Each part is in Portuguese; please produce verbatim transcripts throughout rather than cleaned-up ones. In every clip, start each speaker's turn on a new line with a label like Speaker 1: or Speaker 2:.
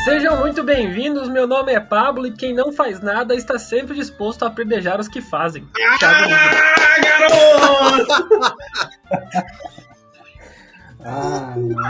Speaker 1: Sejam muito bem-vindos, meu nome é Pablo e quem não faz nada está sempre disposto a apedrejar os que fazem.
Speaker 2: Ah, garoto!
Speaker 3: Ah,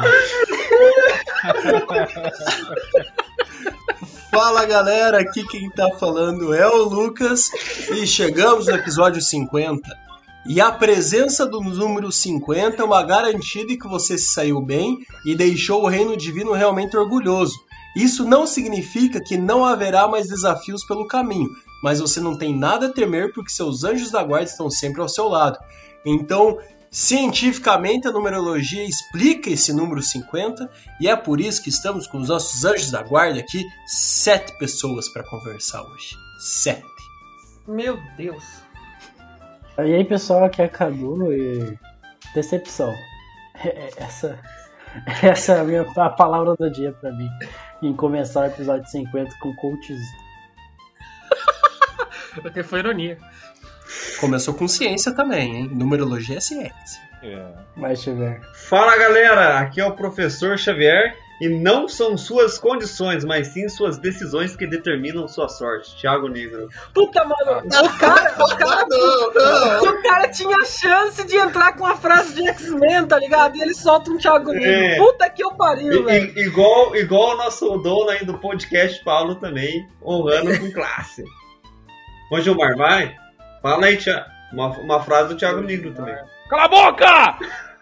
Speaker 4: Fala galera, aqui quem tá falando é o Lucas e chegamos no episódio cinquenta. E a presença do número cinquenta é uma garantia de que você se saiu bem e deixou o reino divino realmente orgulhoso. Isso não significa que não haverá mais desafios pelo caminho, mas você não tem nada a temer porque seus anjos da guarda estão sempre ao seu lado. Então, cientificamente, a numerologia explica esse número cinquenta e é por isso que estamos com os nossos anjos da guarda aqui, sete pessoas para conversar hoje. Sete.
Speaker 1: Meu Deus.
Speaker 3: E aí, pessoal, aqui é Cadu e decepção. Essa, essa é a, minha, a palavra do dia pra mim, em começar o episódio cinquenta com coaches.
Speaker 1: Porque foi ironia.
Speaker 4: Começou com ciência também, hein? Numerologia é ciência.
Speaker 3: É. Vai, Xavier.
Speaker 2: Fala galera, aqui é o professor Xavier e não são suas condições, mas sim suas decisões que determinam sua sorte. Thiago Negro.
Speaker 1: Puta, mano, o cara, o cara, não, não. o cara tinha chance de entrar com a frase de X-Men, tá ligado? E ele solta um Thiago Negro. É. Puta que eu pariu, velho.
Speaker 2: Igual, igual o nosso dono aí do podcast Paulo também, honrando com classe. Ô Gilmar, vai? Fala aí, Thiago. Uma, uma frase do Thiago Negro também.
Speaker 5: Cala a boca!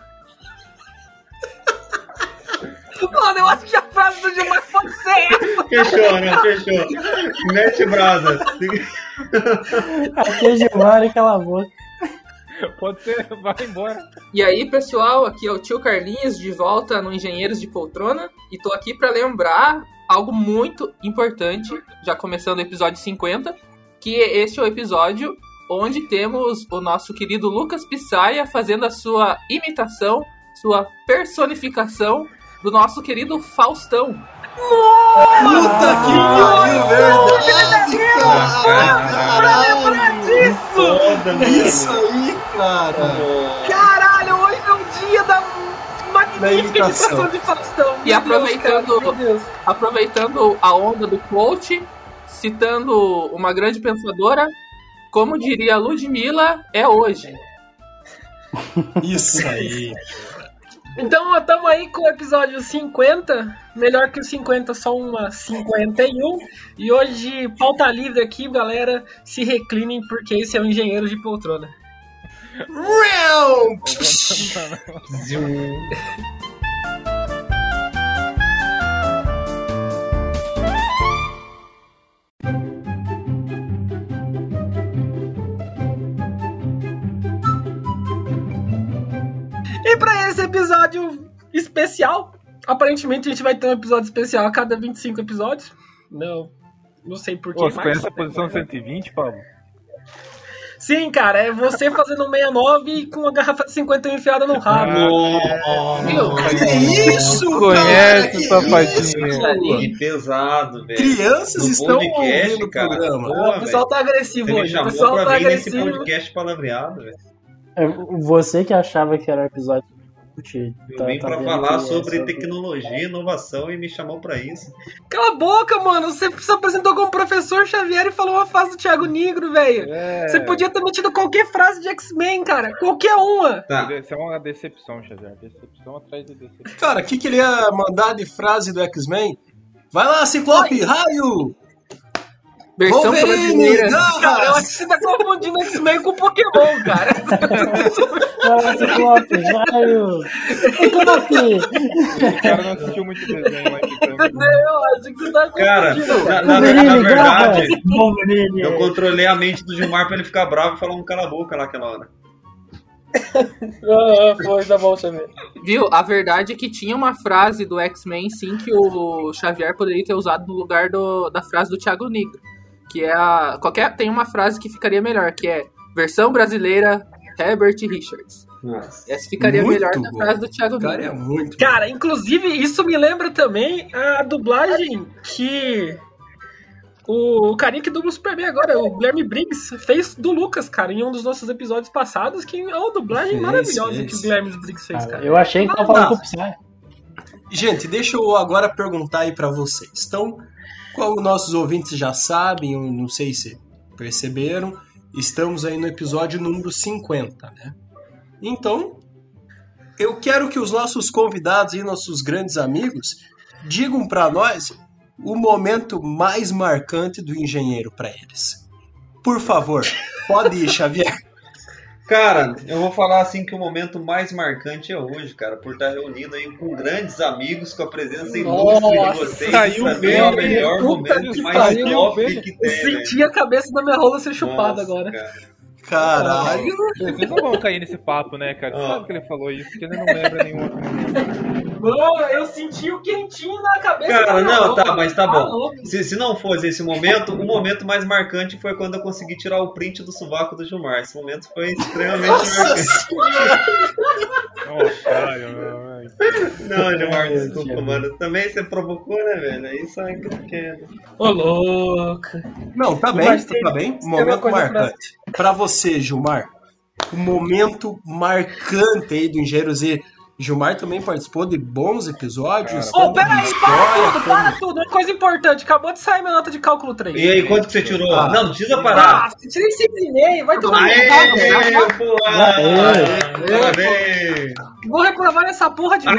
Speaker 1: Mano, eu acho que a frase do Gilmar pode ser essa.
Speaker 2: Fechou, né? Fechou. Mete brasa.
Speaker 3: Aqui é Gilmar e cala a boca.
Speaker 5: Pode ser, vai embora.
Speaker 6: E aí, pessoal, aqui é o tio Carlinhos, de volta no Engenheiros de Poltrona. E tô aqui pra lembrar algo muito importante, já começando o episódio cinquenta, que este é o episódio onde temos o nosso querido Lucas Pissaia fazendo a sua imitação, sua personificação do nosso querido Faustão.
Speaker 4: Puta que pariu, verdade, cara!
Speaker 1: Pra lembrar disso!
Speaker 4: Isso aí, cara!
Speaker 1: Caralho, hoje é o dia da magnífica imitação de Faustão.
Speaker 6: E aproveitando, Deus, aproveitando a onda do coach, citando uma grande pensadora, como diria a Ludmilla, é hoje.
Speaker 4: Isso aí.
Speaker 1: Então, estamos aí com o episódio cinquenta. Melhor que o cinquenta, só uma cinquenta e um. E hoje, pauta livre aqui, galera. Se reclinem, porque esse é o Engenheiro de Poltrona. E para esse episódio especial, aparentemente a gente vai ter um episódio especial a cada vinte e cinco episódios. Não, não sei porquê.
Speaker 5: Você conhece a posição cento e vinte, Pablo?
Speaker 1: Sim, cara, é você fazendo um sessenta e nove com uma garrafa de cinquenta e um enfiada no rabo.
Speaker 4: Oh, que isso,
Speaker 5: conhece, safadinho.
Speaker 2: Que pesado, velho.
Speaker 4: Crianças
Speaker 2: no
Speaker 4: estão
Speaker 2: podcast,
Speaker 4: ouvindo o
Speaker 2: cara.
Speaker 4: programa.
Speaker 2: Boa,
Speaker 1: o pessoal tá agressivo
Speaker 2: Você
Speaker 1: hoje.
Speaker 2: Me
Speaker 1: o pessoal
Speaker 2: pra
Speaker 1: tá
Speaker 2: vir
Speaker 1: agressivo.
Speaker 2: nesse podcast palavreado, velho.
Speaker 3: É você que achava que era o episódio.
Speaker 2: Eu
Speaker 3: tá,
Speaker 2: vim
Speaker 3: tá
Speaker 2: pra falar sobre
Speaker 3: essa...
Speaker 2: tecnologia, inovação e me chamou pra isso.
Speaker 1: Cala a boca, mano. Você se apresentou como professor Xavier e falou uma frase do Thiago Negro, velho.
Speaker 5: É...
Speaker 1: Você podia ter metido qualquer frase de X-Men, cara. Qualquer uma.
Speaker 2: Tá.
Speaker 5: Isso é uma decepção, Xavier. Decepção atrás de decepção.
Speaker 4: Cara, o que, que ele ia mandar de frase do X-Men? Vai lá, Ciclope, raio!
Speaker 6: Versão brasileira.
Speaker 1: Cara, eu acho que você tá confundindo X-Men com Pokémon, cara.
Speaker 3: Ah, Ciclope, raio! Ciclope!
Speaker 5: O cara não assistiu muito desenho lá aqui pra mim.
Speaker 1: Eu acho que você tá
Speaker 2: Cara,
Speaker 1: confundindo.
Speaker 2: na, na,
Speaker 3: Wolverine,
Speaker 2: na verdade,
Speaker 3: garra! Wolverine.
Speaker 2: eu controlei a mente do Gilmar pra ele ficar bravo e falar um cala a boca lá aquela hora.
Speaker 1: Ah, foi, tá bom, Xavier.
Speaker 6: Viu? A verdade é que tinha uma frase do X-Men, sim, que o Xavier poderia ter usado no lugar do, da frase do Thiago Negro. Que é a... Qualquer... Tem uma frase que ficaria melhor, que é versão brasileira Herbert Richards.
Speaker 2: Nossa.
Speaker 6: Essa ficaria
Speaker 4: Muito
Speaker 6: melhor na
Speaker 4: bom.
Speaker 6: frase do Thiago
Speaker 4: Cara,
Speaker 6: Negro.
Speaker 4: é muito.
Speaker 1: Cara, inclusive, isso me lembra também a dublagem que o, o carinha que dubla o Superman agora, o Guilherme Briggs, fez do Lucas, cara, em um dos nossos episódios passados, que é uma dublagem
Speaker 4: Fez,
Speaker 1: maravilhosa
Speaker 4: fez.
Speaker 1: que o Guilherme Briggs fez,
Speaker 3: Cara,
Speaker 1: cara.
Speaker 3: eu achei que tava falando com o Psy.
Speaker 4: Gente, deixa eu agora perguntar aí pra vocês. Então, como nossos ouvintes já sabem, eu não sei se perceberam, estamos aí no episódio número cinquenta, né? Então, eu quero que os nossos convidados e nossos grandes amigos digam pra nós o momento mais marcante do engenheiro pra eles. Por favor, pode ir, Xavier.
Speaker 2: Cara, eu vou falar assim que o momento mais marcante é hoje, cara, por estar reunido aí com grandes amigos, com a presença ilustre de vocês.
Speaker 5: saiu
Speaker 2: Pra mim
Speaker 5: bem,
Speaker 2: é o melhor
Speaker 1: puta
Speaker 2: momento
Speaker 1: que
Speaker 2: mais
Speaker 1: pariu,
Speaker 2: top
Speaker 5: velho.
Speaker 2: que
Speaker 1: Eu
Speaker 2: tem,
Speaker 1: senti a cabeça da minha rola ser chupada
Speaker 2: Nossa,
Speaker 1: agora.
Speaker 2: cara.
Speaker 4: Caralho.
Speaker 5: Vocês não vão cair nesse papo, né, cara? Você
Speaker 2: Ah.
Speaker 5: sabe que ele falou isso, porque ele não lembra nenhum outro momento.
Speaker 1: Mano, eu senti o quentinho na cabeça da
Speaker 2: Cara,
Speaker 1: minha
Speaker 2: não,
Speaker 1: rola.
Speaker 2: tá, mas tá
Speaker 1: Tá
Speaker 2: bom.
Speaker 1: louco.
Speaker 2: Se, se não fosse esse momento, o momento mais marcante foi quando eu consegui tirar o print do sovaco do Gilmar. Esse momento foi extremamente marcante.
Speaker 5: Nossa, caralho, não, velho.
Speaker 2: Não, Gilmar,
Speaker 3: Ai,
Speaker 2: desculpa,
Speaker 3: Thiago.
Speaker 2: mano. Também você provocou, né, velho? Aí só é pequeno.
Speaker 1: Ô, louco.
Speaker 4: Não, tá bem,
Speaker 1: Mas tem-
Speaker 4: tá bem.
Speaker 1: tem uma
Speaker 4: Momento
Speaker 1: coisa pra-
Speaker 4: marcante. Pra você, Gilmar, o momento marcante aí do Engenheiro Z. Gilmar também participou de bons episódios.
Speaker 1: Ô,
Speaker 4: tanto de
Speaker 1: peraí,
Speaker 4: história,
Speaker 1: para tudo,
Speaker 4: como-
Speaker 1: para tudo. Uma coisa importante, acabou de sair minha nota de cálculo três.
Speaker 2: E aí, quanto que você tirou?
Speaker 4: Ah.
Speaker 2: Não, não precisa parar.
Speaker 1: Ah, tirei seis e meio, vai tomar
Speaker 2: Aê,
Speaker 1: no rabo.
Speaker 2: pô,
Speaker 3: Aê.
Speaker 2: parabéns!
Speaker 1: Vou reprovar essa porra de novo.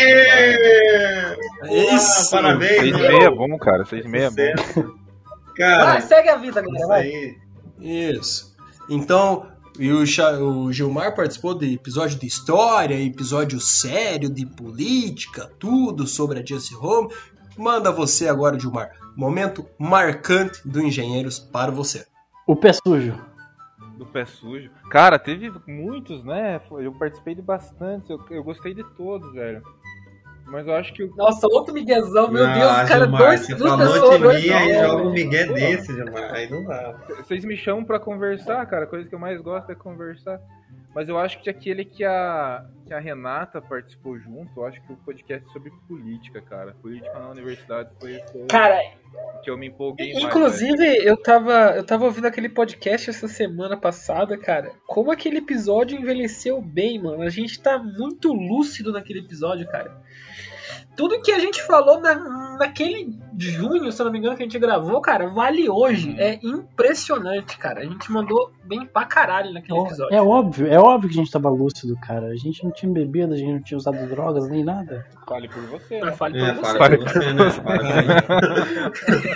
Speaker 2: Aê!
Speaker 4: É isso.
Speaker 2: Parabéns!
Speaker 5: Seis e meia é bom, cara. Seis e meia é bom.
Speaker 1: Vai,
Speaker 2: Cara,
Speaker 1: segue a vida, galera.
Speaker 2: isso
Speaker 1: Vai.
Speaker 2: aí.
Speaker 4: Isso. Então, e o, Cha- o Gilmar participou de episódio de história, episódio sério de política, tudo sobre a Just Home. Manda você agora, Gilmar. Momento marcante do Engenheiros para você.
Speaker 3: O pé sujo.
Speaker 5: Do pé sujo. Cara, teve muitos, né? Eu participei de bastante. Eu, eu gostei de todos, velho. Mas eu acho que o.
Speaker 1: Nossa, outro miguezão, meu
Speaker 2: Ah,
Speaker 1: Deus, cara,
Speaker 2: Gilmar,
Speaker 1: dois,
Speaker 2: você
Speaker 1: duas
Speaker 2: falou
Speaker 1: pessoas,
Speaker 2: de
Speaker 1: dois
Speaker 2: mim, aí
Speaker 1: nomes.
Speaker 2: joga um migué desse, Gilmar. Aí não dá.
Speaker 5: Vocês me chamam pra conversar, cara. A coisa que eu mais gosto é conversar. Mas eu acho que aquele que a, que a Renata participou junto, eu acho que o podcast sobre política, cara. Política na universidade foi o
Speaker 1: Cara,
Speaker 5: que eu me empolguei mais.
Speaker 1: inclusive, eu tava, eu tava ouvindo aquele podcast essa semana passada, cara. Como aquele episódio envelheceu bem, mano. A gente tá muito lúcido naquele episódio, cara. Tudo que a gente falou na, naquele junho, se eu não me engano, que a gente gravou, cara, vale hoje.
Speaker 5: Uhum.
Speaker 1: É impressionante, cara. A gente mandou bem pra caralho naquele episódio.
Speaker 3: É óbvio, é óbvio que a gente tava lúcido, cara. A gente não tinha bebido, a gente não tinha usado drogas nem nada.
Speaker 5: Fale por você,
Speaker 1: Eu
Speaker 5: né?
Speaker 1: falo
Speaker 2: É,
Speaker 1: pra
Speaker 2: para
Speaker 1: você.
Speaker 5: Para.
Speaker 2: com você, né? Para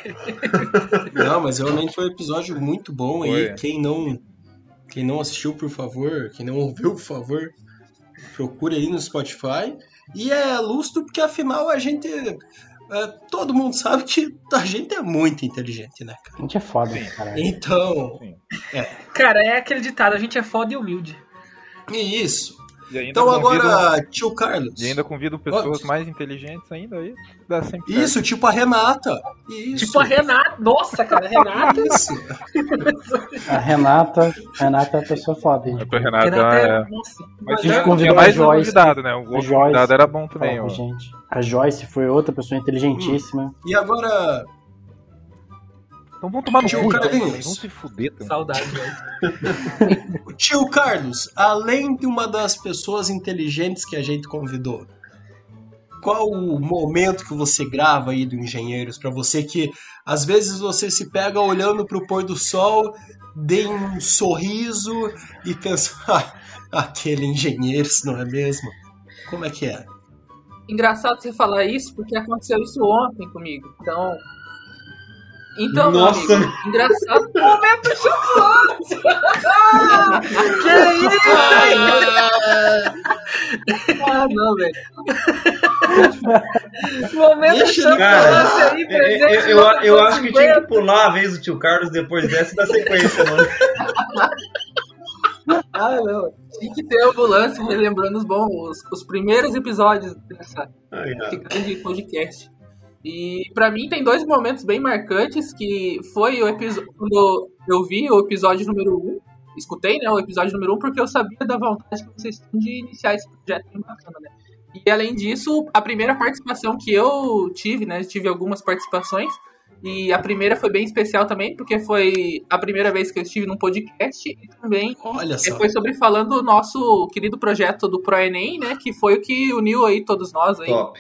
Speaker 2: com
Speaker 4: Não, mas realmente foi um episódio muito bom aí.
Speaker 5: Foi.
Speaker 4: Quem não, quem não assistiu, por favor, quem não ouviu, por favor, procure aí no Spotify. E é lustro porque afinal a gente. é, todo mundo sabe que a gente é muito inteligente, né, cara?
Speaker 3: A gente é foda,
Speaker 5: Sim.
Speaker 3: caralho.
Speaker 4: Então,
Speaker 5: Sim.
Speaker 1: Cara, é aquele ditado, a gente é foda e humilde.
Speaker 4: é isso.
Speaker 5: E ainda
Speaker 4: Então
Speaker 5: convido-
Speaker 4: agora, tio Carlos.
Speaker 5: E ainda convido pessoas
Speaker 4: Ó,
Speaker 5: mais inteligentes ainda aí. Dá sempre certo.
Speaker 4: Isso, tipo a Renata. Isso.
Speaker 1: Tipo a Renata. Nossa, cara, a Renata.
Speaker 4: Isso.
Speaker 3: A Renata, a Renata é uma pessoa foda, hein?
Speaker 5: A tua Renata
Speaker 1: Renata
Speaker 5: é.
Speaker 1: é- Nossa,
Speaker 5: Mas
Speaker 3: A gente
Speaker 5: tinha,
Speaker 3: convidou
Speaker 5: tinha
Speaker 3: a
Speaker 5: mais um
Speaker 3: Joyce.
Speaker 5: convidado, né? O outro
Speaker 3: Joyce.
Speaker 5: convidado era bom também,
Speaker 3: Fala
Speaker 5: ó.
Speaker 3: com a gente. A Joyce foi outra pessoa inteligentíssima.
Speaker 4: E agora,
Speaker 5: Então vamos tomar no
Speaker 4: Tio
Speaker 5: cu, então,
Speaker 4: Carlinhos.
Speaker 5: também. Vamos se fuder também.
Speaker 1: saudade, velho.
Speaker 4: o tio Carlos, além de uma das pessoas inteligentes que a gente convidou, qual o momento que você grava aí do Engenheiros pra você que às vezes você se pega olhando pro pôr do sol, dê um sorriso e pensa, ah, aquele Engenheiros, não é mesmo? Como é que é?
Speaker 6: Engraçado você falar isso, porque aconteceu isso ontem comigo. Então. Então, meu
Speaker 2: Nossa.
Speaker 6: amigo, engraçado.
Speaker 1: Momento chocolate! Que isso?
Speaker 6: Ah, não, velho.
Speaker 1: Momento
Speaker 4: Deixa,
Speaker 1: chocolate
Speaker 2: cara,
Speaker 1: aí,
Speaker 2: Eu,
Speaker 1: presente.
Speaker 2: eu,
Speaker 1: no
Speaker 2: eu, eu acho que tinha
Speaker 1: cinquenta.
Speaker 2: que pular a vez do tio Carlos depois dessa e da sequência, mano.
Speaker 6: Ah, não. Tinha que ter ambulância relembrando os bons, os, os primeiros episódios dessa
Speaker 2: Ai, ai.
Speaker 6: grande podcast. E pra mim tem dois momentos bem marcantes, que foi o episódio quando eu vi o episódio número um, escutei, né, o episódio número um, porque eu sabia da vontade que vocês têm de iniciar esse projeto bem bacana, né. E além disso, a primeira participação que eu tive, né, tive algumas participações, e a primeira foi bem especial também, porque foi a primeira vez que eu estive num podcast, e também
Speaker 4: Olha só.
Speaker 6: foi sobre falando do nosso querido projeto do ProEnem, né, que foi o que uniu aí todos nós aí.
Speaker 2: Top.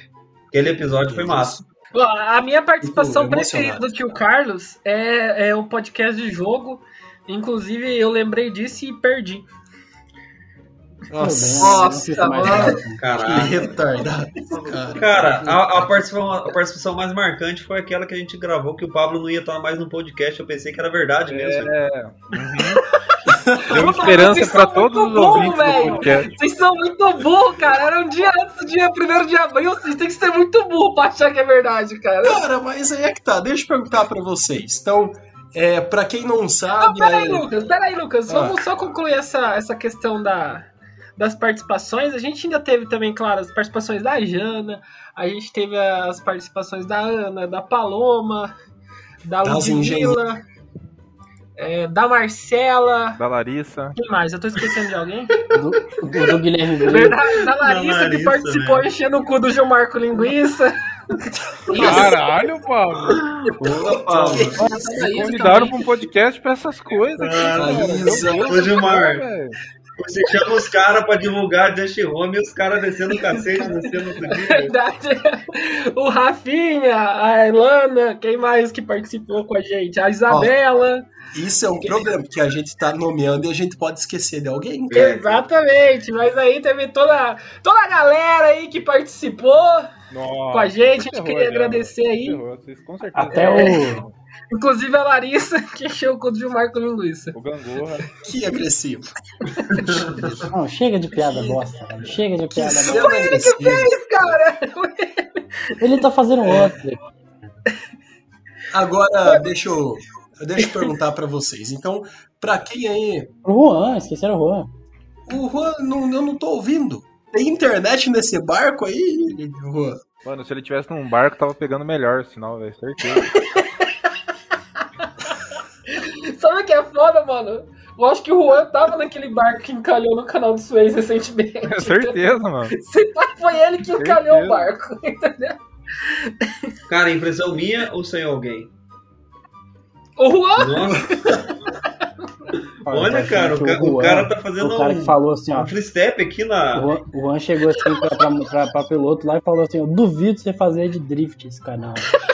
Speaker 2: Aquele episódio foi massa.
Speaker 1: Bom, a minha participação
Speaker 4: Fico
Speaker 1: preferida
Speaker 4: emocionado.
Speaker 1: do tio Carlos é, é o podcast de jogo. Inclusive, eu lembrei disso e perdi.
Speaker 4: Nossa,
Speaker 6: Nossa,
Speaker 3: Fica mais
Speaker 6: mano.
Speaker 3: rápido.
Speaker 4: que
Speaker 2: Caralho.
Speaker 4: retardado, cara.
Speaker 2: Cara, a, a, participação, a participação mais marcante foi aquela que a gente gravou, que o Pablo não ia estar mais no podcast. Eu pensei que era verdade mesmo.
Speaker 5: É. Deu esperança
Speaker 1: Vocês
Speaker 5: pra
Speaker 1: são
Speaker 5: todos
Speaker 1: muito
Speaker 5: os
Speaker 1: burro,
Speaker 5: ouvintes do
Speaker 1: velho.
Speaker 5: podcast.
Speaker 1: Vocês são muito burros, cara. Era um dia antes do dia primeiro de abril. Vocês têm que ser muito burro pra achar que é verdade, cara.
Speaker 4: Cara, mas aí é que tá. Deixa eu perguntar pra vocês. Então, é, pra quem não
Speaker 1: Não,
Speaker 4: sabe...
Speaker 1: peraí,
Speaker 4: é-
Speaker 1: Lucas. Peraí, Lucas.
Speaker 4: Ah.
Speaker 1: Vamos só concluir essa, essa questão da, das participações. A gente ainda teve também, claro, as participações da Jana. A gente teve as participações da Ana, da Paloma, da
Speaker 4: Das
Speaker 1: Ludmilla, é, da Marcela.
Speaker 5: Da Larissa.
Speaker 1: Quem mais? Eu tô esquecendo de alguém?
Speaker 3: Do, do, do Guilherme Brito.
Speaker 1: Verdade, da Larissa,
Speaker 2: Da Larissa,
Speaker 1: que participou
Speaker 2: velho.
Speaker 1: enchendo o cu do Gilmarco Linguiça.
Speaker 5: Caralho, Pablo.
Speaker 2: Porra, Pablo.
Speaker 5: Me convidaram pra um podcast pra essas coisas.
Speaker 2: Cara,
Speaker 4: Larissa.
Speaker 2: Ô, Gilmar,
Speaker 5: velho.
Speaker 2: você chama os caras pra divulgar Just Home e os caras descendo o cacete, descendo o dia.
Speaker 1: Verdade. O Rafinha, a Elana, quem mais que participou com a gente? A Isabela.
Speaker 4: Isso é um problema, porque a gente tá nomeando e a gente pode esquecer de alguém.
Speaker 2: É.
Speaker 1: Exatamente, mas aí teve toda, toda a galera aí que participou
Speaker 5: Nossa,
Speaker 1: com a gente. A gente
Speaker 5: ferrou,
Speaker 1: queria
Speaker 5: né?
Speaker 1: agradecer aí.
Speaker 5: Ferrou, vocês com certeza.
Speaker 3: Até o.
Speaker 1: Inclusive a Larissa, que encheu o cu do Gilmarco Linguiça.
Speaker 5: O Gangorra.
Speaker 4: Que agressivo.
Speaker 3: Não, chega de piada bosta, cara. Chega de
Speaker 4: Que
Speaker 3: piada bosta.
Speaker 4: cena agressiva.
Speaker 1: Cara,
Speaker 3: Ele tá fazendo outro.
Speaker 4: Agora, deixa eu, deixa eu perguntar pra vocês. Então, pra quem aí...
Speaker 3: O Juan, esqueceram o Juan.
Speaker 4: O Juan, não, eu não tô ouvindo. Tem internet nesse barco aí, Juan?
Speaker 5: Mano, se ele tivesse num barco, tava pegando melhor o sinal, velho. Certeza.
Speaker 1: sabe o que é foda, mano? Eu acho que o Juan tava naquele barco que encalhou no canal do Suez recentemente.
Speaker 5: Certeza, mano.
Speaker 1: Se pá, foi ele que encalhou
Speaker 5: Certeza.
Speaker 1: o barco, entendeu?
Speaker 2: Cara, impressão minha ou sem alguém?
Speaker 1: O Juan?
Speaker 2: Nossa, olha, cara, o, ca- o cara tá fazendo
Speaker 3: O cara que
Speaker 2: um,
Speaker 3: falou assim, ó.
Speaker 2: um free step aqui
Speaker 3: O
Speaker 2: na.
Speaker 3: Juan, o Juan chegou assim pra, pra, pra, pra piloto lá e falou assim: eu duvido você fazer de drift esse canal.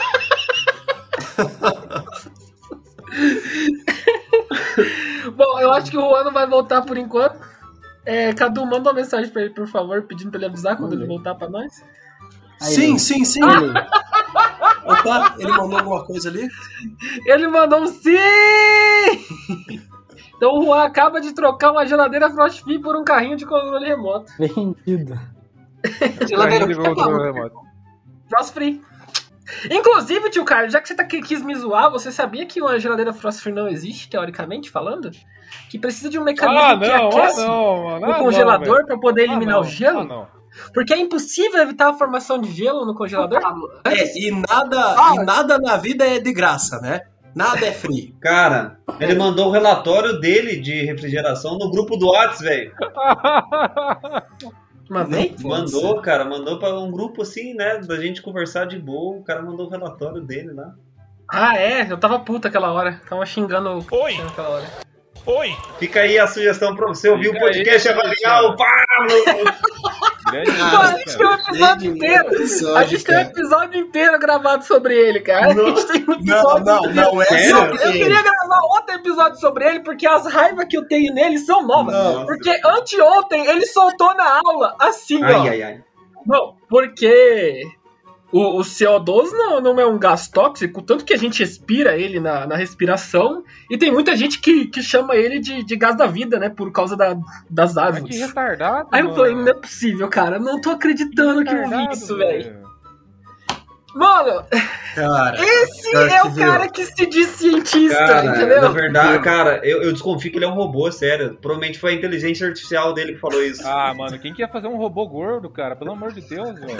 Speaker 1: Bom, eu acho que o Juan não vai voltar por enquanto. É, Cadu, manda uma mensagem pra ele, por favor, pedindo pra ele avisar quando ele voltar pra nós.
Speaker 3: Aí,
Speaker 4: Sim,
Speaker 3: né?
Speaker 4: sim, sim. Opa, ele mandou alguma coisa ali?
Speaker 1: Ele mandou um sim! Então o Juan acaba de trocar uma geladeira Frost Free por um carrinho de controle remoto.
Speaker 3: Vendido.
Speaker 6: Geladeira
Speaker 5: Aí ele voltou no remoto.
Speaker 1: Frost Free. Inclusive, tio Carlos, já que você tá aqui, quis me zoar, você sabia que uma geladeira Frost Free não existe, teoricamente falando? Que precisa de um mecanismo
Speaker 5: Ah,
Speaker 1: que
Speaker 5: não, ah,
Speaker 1: aquece
Speaker 5: não, mano.
Speaker 1: no
Speaker 5: Ah,
Speaker 1: congelador
Speaker 5: não,
Speaker 1: pra poder
Speaker 5: velho.
Speaker 1: eliminar
Speaker 5: Ah,
Speaker 1: o
Speaker 5: não.
Speaker 1: gelo?
Speaker 5: Ah, não.
Speaker 1: Porque é impossível evitar a formação de gelo no congelador?
Speaker 4: É, e nada, e nada na vida é de graça, né? Nada é free.
Speaker 2: Cara, ele mandou o relatório dele de refrigeração no grupo do Whats, velho.
Speaker 1: Mandei?
Speaker 2: Mandou, cara, mandou pra um grupo assim, né? Da gente conversar de boa. O cara mandou o relatório dele lá.
Speaker 1: Ah, é? Eu tava puta aquela hora. Tava xingando o
Speaker 7: Oi.
Speaker 1: aquela hora.
Speaker 2: Fica aí a sugestão pra você ouvir o
Speaker 5: Fica
Speaker 2: podcast e
Speaker 5: aí,
Speaker 2: avaliar
Speaker 5: cara.
Speaker 2: o Pablo.
Speaker 5: Grande
Speaker 4: Ah,
Speaker 1: Pô, a gente tem um
Speaker 5: cara.
Speaker 1: episódio inteiro. A gente tem um episódio inteiro gravado sobre ele, cara. A gente tem um
Speaker 4: Não,
Speaker 1: episódio
Speaker 4: não, não é
Speaker 2: Sério?
Speaker 1: Não,
Speaker 4: sobre
Speaker 1: eu
Speaker 4: ele.
Speaker 1: queria gravar outro episódio sobre ele, porque as raivas que eu tenho nele são novas.
Speaker 4: Não.
Speaker 1: Porque anteontem ele soltou na aula assim, ó.
Speaker 2: Ai, ai, ai.
Speaker 1: Não, porque o, o C O dois não, não é um gás tóxico, tanto que a gente respira ele na, na respiração, e tem muita gente que, que chama ele de, de gás da vida, né, por causa da, das
Speaker 5: Mas
Speaker 1: árvores.
Speaker 5: que retardado.
Speaker 1: Aí eu
Speaker 5: mano.
Speaker 1: falei, não é possível, cara, não tô acreditando que eu vi
Speaker 5: Retardado,
Speaker 1: isso, velho. Mano,
Speaker 4: Cara,
Speaker 1: esse
Speaker 4: pior
Speaker 1: é
Speaker 4: que
Speaker 1: o
Speaker 4: viu.
Speaker 1: cara que se diz cientista,
Speaker 2: Cara, na
Speaker 1: entendeu?
Speaker 2: verdade, cara, eu, eu desconfio que ele é um robô, sério. Provavelmente foi a inteligência artificial dele que falou isso.
Speaker 5: Ah, mano, quem que ia fazer um robô gordo, cara? Pelo amor de Deus, velho.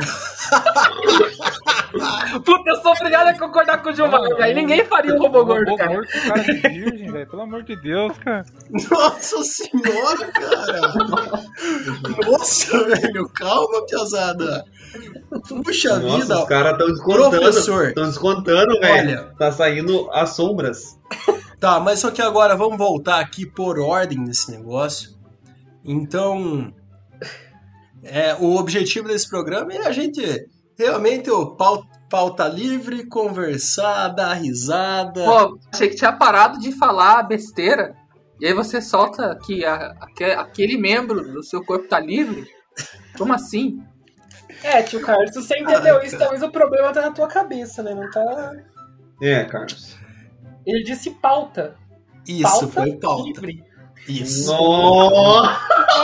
Speaker 1: Puta, eu sou obrigado a concordar com o Gilmar,
Speaker 5: Mano,
Speaker 1: velho. Ninguém faria um robô gordo,
Speaker 5: robô
Speaker 1: cara.
Speaker 5: gordo com cara de virgem, velho. Pelo amor de Deus, cara.
Speaker 4: Nossa senhora, cara. Nossa, velho, calma, piazada. Puxa
Speaker 2: Nossa,
Speaker 4: vida,
Speaker 2: os caras estão descontando.
Speaker 4: professor.
Speaker 2: Estão descontando, velho.
Speaker 4: Olha.
Speaker 2: Tá saindo as sombras.
Speaker 4: Tá, mas só que agora vamos voltar aqui por ordem nesse negócio. Então, é, o objetivo desse programa é a gente realmente o pau- pauta livre, conversar, dar risada.
Speaker 6: Pô, achei que tinha parado de falar besteira. E aí você solta que a- aque- aquele membro do seu corpo tá livre? Como assim?
Speaker 1: É, tio Carlos, se você entendeu
Speaker 4: Ah,
Speaker 1: isso,
Speaker 4: cara.
Speaker 1: talvez o problema tá na tua cabeça, né? Não tá.
Speaker 2: É, Carlos.
Speaker 1: Ele disse pauta.
Speaker 4: Isso,
Speaker 1: pauta
Speaker 4: foi pauta.
Speaker 1: livre.
Speaker 4: Isso.
Speaker 2: Nossa!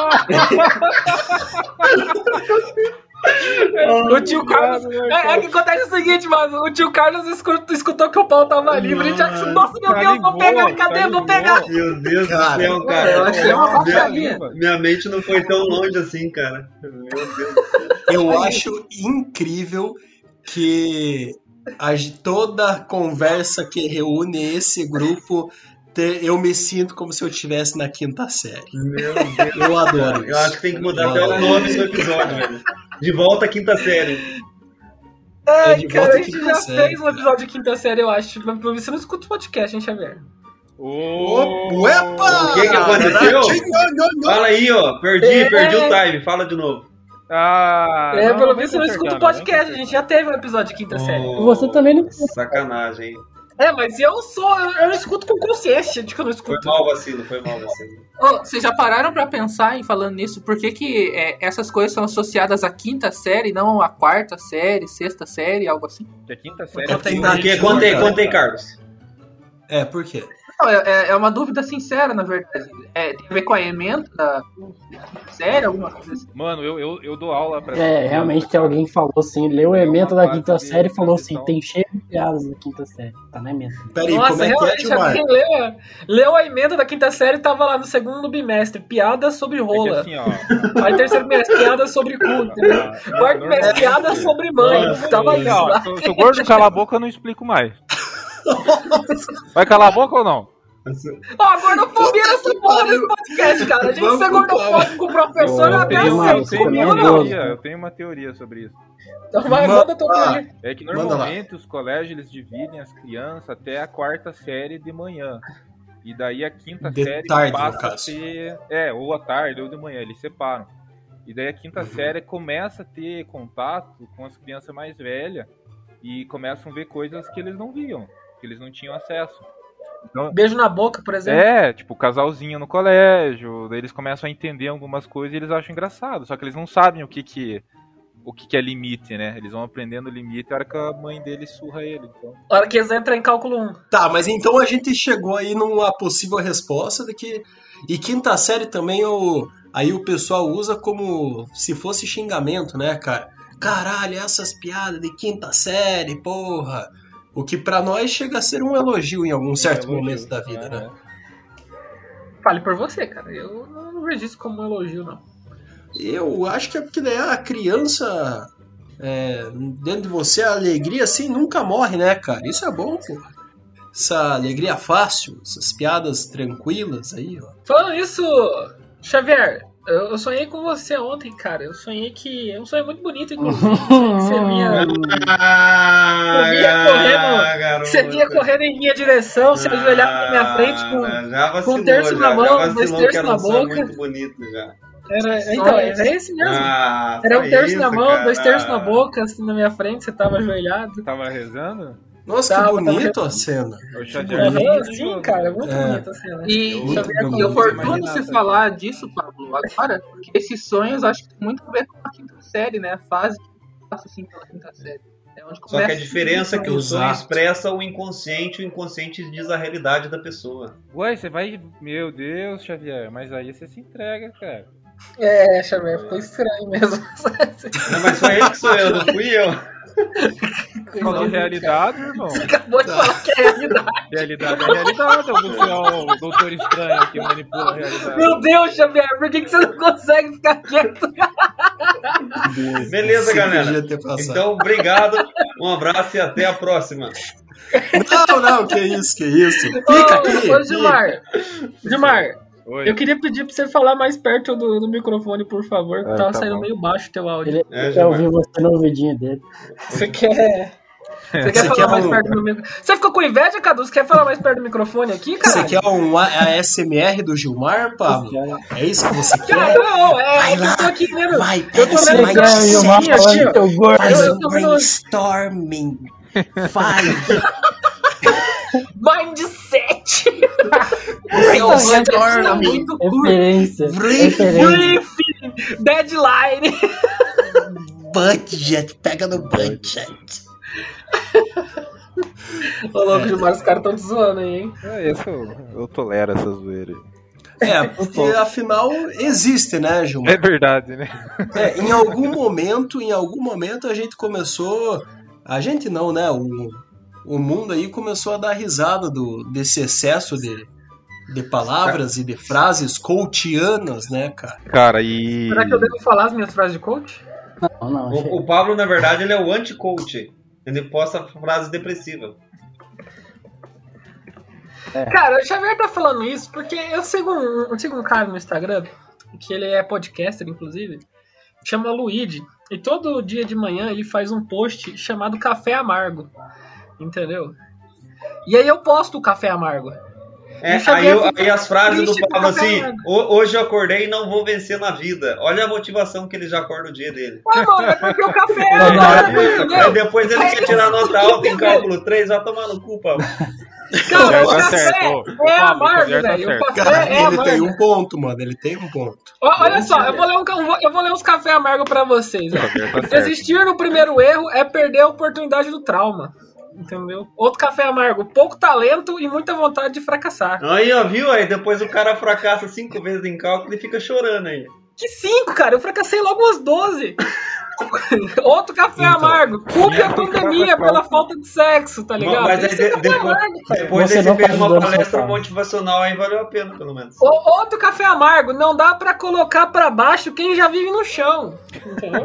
Speaker 1: O tio Carlos. É, é que acontece o seguinte, mano. O tio Carlos escutou, escutou que o pau tava livre e já disse: Nossa, meu Deus, vou pegar, cadê? Vou pegar.
Speaker 2: Meu Deus
Speaker 4: Cara,
Speaker 2: do céu,
Speaker 6: Eu
Speaker 2: cara.
Speaker 6: achei uma baixaria.
Speaker 2: Minha mente não foi tão longe assim, cara. Meu Deus do céu.
Speaker 4: Eu acho incrível que a, toda conversa que reúne esse grupo, te- eu me sinto como se eu estivesse na quinta série.
Speaker 2: Meu Deus.
Speaker 4: Eu adoro
Speaker 2: Eu acho que tem que mudar até o
Speaker 4: Eu
Speaker 2: nome do episódio, velho. De volta à quinta série.
Speaker 1: Ai,
Speaker 4: de
Speaker 1: cara,
Speaker 4: volta
Speaker 1: a
Speaker 4: à
Speaker 1: gente
Speaker 4: quinta
Speaker 1: já
Speaker 4: série,
Speaker 1: fez um episódio de quinta série, eu acho. Mas você não escuta o podcast, hein, Xavier?
Speaker 4: Opa! Epa!
Speaker 2: O que que aconteceu? Fala aí, ó. Perdi,
Speaker 1: É.
Speaker 2: perdi o time. Fala de novo.
Speaker 5: Ah,
Speaker 1: é,
Speaker 5: não,
Speaker 1: pelo
Speaker 5: não
Speaker 1: visto você não
Speaker 5: vem
Speaker 1: escuta o
Speaker 5: acertando,
Speaker 1: podcast,
Speaker 5: não
Speaker 1: a
Speaker 5: vem
Speaker 1: gente já teve um episódio de quinta série.
Speaker 2: Oh,
Speaker 3: Você também não-
Speaker 2: Sacanagem, hein?
Speaker 1: É, mas eu sou. Eu, eu não escuto com consciência de que eu não
Speaker 2: Foi
Speaker 1: escuto.
Speaker 2: mal vacilo, foi mal vacilo.
Speaker 6: Ô, vocês já pararam pra pensar em falando nisso? Por que, que é, essas coisas são associadas à quinta série, não à quarta série, sexta série, algo assim?
Speaker 5: Que é quinta série.
Speaker 4: Porque tem
Speaker 2: Por quê?
Speaker 4: na-
Speaker 2: Conta aí, conta aí, Carlos.
Speaker 4: É, por quê?
Speaker 6: Não, é, é- é uma dúvida sincera, na verdade. É, tem a ver com a emenda da quinta série, alguma coisa assim?
Speaker 5: Mano, eu, eu, eu dou aula pra.
Speaker 3: É, realmente tem alguém que falou assim, leu o ementa da quinta série e falou assim, tem cheio de piadas da quinta série. Tá na ementa.
Speaker 4: Peraí,
Speaker 1: Nossa,
Speaker 4: como é que é,
Speaker 1: realmente,
Speaker 4: Gilmar?
Speaker 1: alguém leu, a- leu a emenda da quinta série e tava lá no segundo bimestre. Piadas sobre
Speaker 5: É que
Speaker 1: rola.
Speaker 5: assim, ó.
Speaker 1: Aí terceiro bimestre, piadas sobre cu. entendeu? Quarto bimestre, piadas sobre mãe.
Speaker 2: Nossa,
Speaker 1: Tava
Speaker 5: Assim,
Speaker 1: isso
Speaker 5: ó,
Speaker 1: lá.
Speaker 5: se, se o gordo calar a boca, eu não explico mais. Vai calar a boca ou não?
Speaker 1: Ó, gordofobia nessa porra desse podcast, cara. A gente
Speaker 4: Vamos
Speaker 1: ser
Speaker 4: com
Speaker 1: gordofóbico com o professor
Speaker 3: Eu
Speaker 1: é até
Speaker 3: tenho uma-
Speaker 1: aceito.
Speaker 5: Eu tenho
Speaker 1: Comigo
Speaker 5: uma
Speaker 1: não.
Speaker 5: teoria, eu tenho uma teoria sobre isso.
Speaker 1: Então vai, manda tua teoria.
Speaker 5: É que
Speaker 4: Manda lá.
Speaker 5: normalmente os colégios eles dividem as crianças até a quarta série de manhã. E daí a quinta
Speaker 4: De
Speaker 5: série
Speaker 4: tarde, no
Speaker 5: passa a
Speaker 4: caso.
Speaker 5: ter. É, ou à tarde ou de manhã, eles separam. E daí a quinta
Speaker 4: Uhum.
Speaker 5: série começa a ter contato com as crianças mais velhas e começam a ver coisas que eles não viam, que eles não tinham acesso. Então,
Speaker 1: Beijo na boca, por exemplo.
Speaker 5: é, tipo, casalzinho no colégio, daí eles começam a entender algumas coisas e eles acham engraçado, só que eles não sabem o que que, o que, que é limite, né? Eles vão aprendendo o limite a hora que a mãe deles surra ele. Então,
Speaker 1: A hora que eles entram em cálculo um.
Speaker 4: Tá, mas então a gente chegou aí numa possível resposta de que. E quinta série também o. Aí o pessoal usa como se fosse xingamento, né, cara? Caralho, essas piadas de quinta série, porra. O que pra nós chega a ser um elogio em algum certo
Speaker 5: elogio,
Speaker 4: momento da vida,
Speaker 5: é,
Speaker 4: né?
Speaker 1: Fale por você, cara. Eu não vejo isso como um elogio, não.
Speaker 4: Eu acho que é porque né, a criança. é, dentro de você, a alegria assim nunca morre, né, cara? Isso é bom, pô. Essa alegria fácil, essas piadas tranquilas aí, ó.
Speaker 1: Falando isso, Xavier, eu eu sonhei com você ontem, cara. Eu sonhei que. É um sonho muito bonito, inclusive. Você vinha,
Speaker 2: Ah,
Speaker 1: Você vinha correndo-
Speaker 2: garota.
Speaker 1: você vinha correndo em minha direção, você ajoelhava na minha frente com.
Speaker 2: Ah, já vacilou,
Speaker 1: com um terço
Speaker 2: já,
Speaker 1: na mão,
Speaker 2: já
Speaker 1: dois
Speaker 2: vacilou
Speaker 1: terços
Speaker 2: que era
Speaker 1: na
Speaker 2: um sonho
Speaker 1: boca.
Speaker 2: muito bonito já.
Speaker 1: Era, então, era esse mesmo.
Speaker 2: Ah,
Speaker 1: Era um
Speaker 2: foi
Speaker 1: terço
Speaker 2: isso,
Speaker 1: na mão,
Speaker 2: cara.
Speaker 1: dois terços na boca, assim, na minha frente, você tava ajoelhado.
Speaker 5: tava rezando?
Speaker 4: Nossa,
Speaker 1: Tá,
Speaker 4: que
Speaker 1: tá
Speaker 4: bonito a cena.
Speaker 5: O Xavier
Speaker 1: Aham,
Speaker 5: é
Speaker 1: sim, cara, muito
Speaker 4: É.
Speaker 1: bonito a cena.
Speaker 6: E,
Speaker 5: Eu-
Speaker 6: e
Speaker 1: Xavier,
Speaker 4: muito
Speaker 6: e oportuno
Speaker 5: imaginado
Speaker 6: você
Speaker 5: aqui.
Speaker 6: falar disso, Pablo, agora, porque esses sonhos acho que tem muito a ver com a quinta série, né? A fase que passa assim pela quinta série. É onde
Speaker 2: Só
Speaker 6: começa
Speaker 2: que a diferença é que o sonho
Speaker 4: Exato.
Speaker 2: expressa o inconsciente, o inconsciente diz a realidade da pessoa.
Speaker 5: Ué, você vai. Meu Deus, Xavier, mas aí você se entrega, cara.
Speaker 1: É, Xavier, ficou estranho mesmo.
Speaker 2: Não, mas foi ele que sou eu, não fui eu.
Speaker 5: Falou realidade, irmão.
Speaker 1: Você acabou de falar que é realidade.
Speaker 5: Realidade é realidade, ou você é o doutor estranho que manipula a realidade?
Speaker 1: Meu Deus, Xavier, por que, que você não consegue ficar quieto?
Speaker 2: Beleza,
Speaker 4: Você
Speaker 2: galera.
Speaker 4: podia ter passado.
Speaker 2: Então, obrigado, um abraço e até a próxima.
Speaker 4: Não, não, que isso, que isso. Fica aqui.
Speaker 1: Ô, ô, Gilmar, Gilmar,
Speaker 5: Oi.
Speaker 1: eu queria pedir pra você falar mais perto do, do microfone, por favor, que
Speaker 5: É,
Speaker 1: tava
Speaker 5: tá
Speaker 1: saindo
Speaker 5: bom.
Speaker 1: meio baixo o teu áudio.
Speaker 3: Ele
Speaker 2: É,
Speaker 3: quer ouvir
Speaker 2: Gilmar.
Speaker 3: você no ouvidinho dele.
Speaker 1: Você quer... Você quer
Speaker 4: Você
Speaker 1: falar
Speaker 4: quer
Speaker 1: mais
Speaker 4: um-
Speaker 1: perto do microfone? Você ficou com inveja, Cadu? Você quer falar mais perto do microfone aqui, cara?
Speaker 4: Você quer um A S M R do Gilmar, Pablo? É isso que você
Speaker 1: Cara,
Speaker 4: quer?
Speaker 1: não, é,
Speaker 4: Vai
Speaker 1: é que
Speaker 4: lá,
Speaker 1: eu tô aqui vendo.
Speaker 4: vai,
Speaker 1: eu
Speaker 4: pega
Speaker 1: tô
Speaker 4: esse
Speaker 1: vendo
Speaker 3: Você quer o Gilmar
Speaker 1: aqui, aqui,
Speaker 3: falando
Speaker 1: ó.
Speaker 3: teu gordo?
Speaker 4: Faz
Speaker 1: eu
Speaker 4: um
Speaker 1: tô vendo-
Speaker 4: brainstorming. Vai.
Speaker 1: Mindset!
Speaker 6: Você é um
Speaker 4: Brainstorming.
Speaker 6: tá muito curto.
Speaker 3: Referência.
Speaker 4: Briefing.
Speaker 3: Referência.
Speaker 1: Briefing! Deadline!
Speaker 4: Budget. Pega no budget.
Speaker 1: Ô, louco, Gilmar, os caras tão te zoando aí, hein?
Speaker 5: É, esse eu, eu tolero essas zoeiras.
Speaker 4: É, porque afinal existe, né, Gilmar?
Speaker 5: É verdade, né?
Speaker 4: É, em algum momento, em algum momento a gente começou, a gente não, né, o, o mundo aí começou a dar risada do, desse excesso de, de palavras e de frases coachianas, né, cara?
Speaker 5: Cara, e.
Speaker 1: Será que eu devo falar as minhas frases de coach?
Speaker 3: Não, não. achei-
Speaker 2: O, o Pablo, na verdade, ele é o anti-coach. Ele posta frases depressivas.
Speaker 1: Cara, o Xavier tá falando isso porque eu sigo um, eu sigo um cara no Instagram, que ele é podcaster, inclusive, chama Luigi. E todo dia de manhã ele faz um post chamado Café Amargo. Entendeu? E aí eu posto o Café Amargo.
Speaker 2: É,
Speaker 1: O Xavier
Speaker 2: aí, eu-
Speaker 1: fica
Speaker 2: aí as frases do
Speaker 1: triste com
Speaker 2: Pablo
Speaker 1: café
Speaker 2: assim:
Speaker 1: amargo.
Speaker 2: "Ho- hoje eu acordei e não vou vencer na vida. Olha a motivação que ele já acorda o dia dele.
Speaker 1: Ué, mano, é porque o café é
Speaker 3: Não, não,
Speaker 1: amargo,
Speaker 2: Aí
Speaker 1: entendeu?
Speaker 2: depois ele quer tirar nota alta em cálculo três, vai tomar no cu, Pablo.
Speaker 1: Cara, o
Speaker 5: Tá
Speaker 1: café
Speaker 5: certo, ô, ô,
Speaker 1: é
Speaker 5: Pablo,
Speaker 1: amargo,
Speaker 5: Xavier tá
Speaker 1: velho. O
Speaker 5: certo.
Speaker 1: café
Speaker 4: Cara,
Speaker 1: é
Speaker 4: ele
Speaker 1: amargo.
Speaker 4: tem um ponto, mano, ele tem um ponto.
Speaker 1: Ó, olha só, eu vou ler, um, eu vou- eu vou ler uns café amargo pra vocês. Ó.
Speaker 5: Xavier tá certo.
Speaker 1: Desistir no primeiro erro é perder a oportunidade do trauma. Entendeu? Outro café amargo, pouco talento e muita vontade de fracassar.
Speaker 2: Aí, ó, viu? Aí depois o cara fracassa cinco vezes em cálculo e fica chorando aí.
Speaker 1: Que cinco, cara? Eu fracassei logo umas doze. Outro café
Speaker 4: Então.
Speaker 1: amargo. Culpe a pandemia pela falta de sexo, tá ligado?
Speaker 2: Mas aí
Speaker 1: Esse é
Speaker 2: de-
Speaker 1: café
Speaker 2: depois,
Speaker 1: amargo, cara.
Speaker 2: depois
Speaker 3: Você
Speaker 2: aí
Speaker 3: não
Speaker 2: você
Speaker 3: tá
Speaker 2: fez uma
Speaker 3: ajudando
Speaker 2: palestra
Speaker 3: seu pai.
Speaker 2: motivacional aí, valeu a pena, pelo menos.
Speaker 1: O- Outro café amargo, não dá pra colocar pra baixo quem já vive no chão. Entendeu?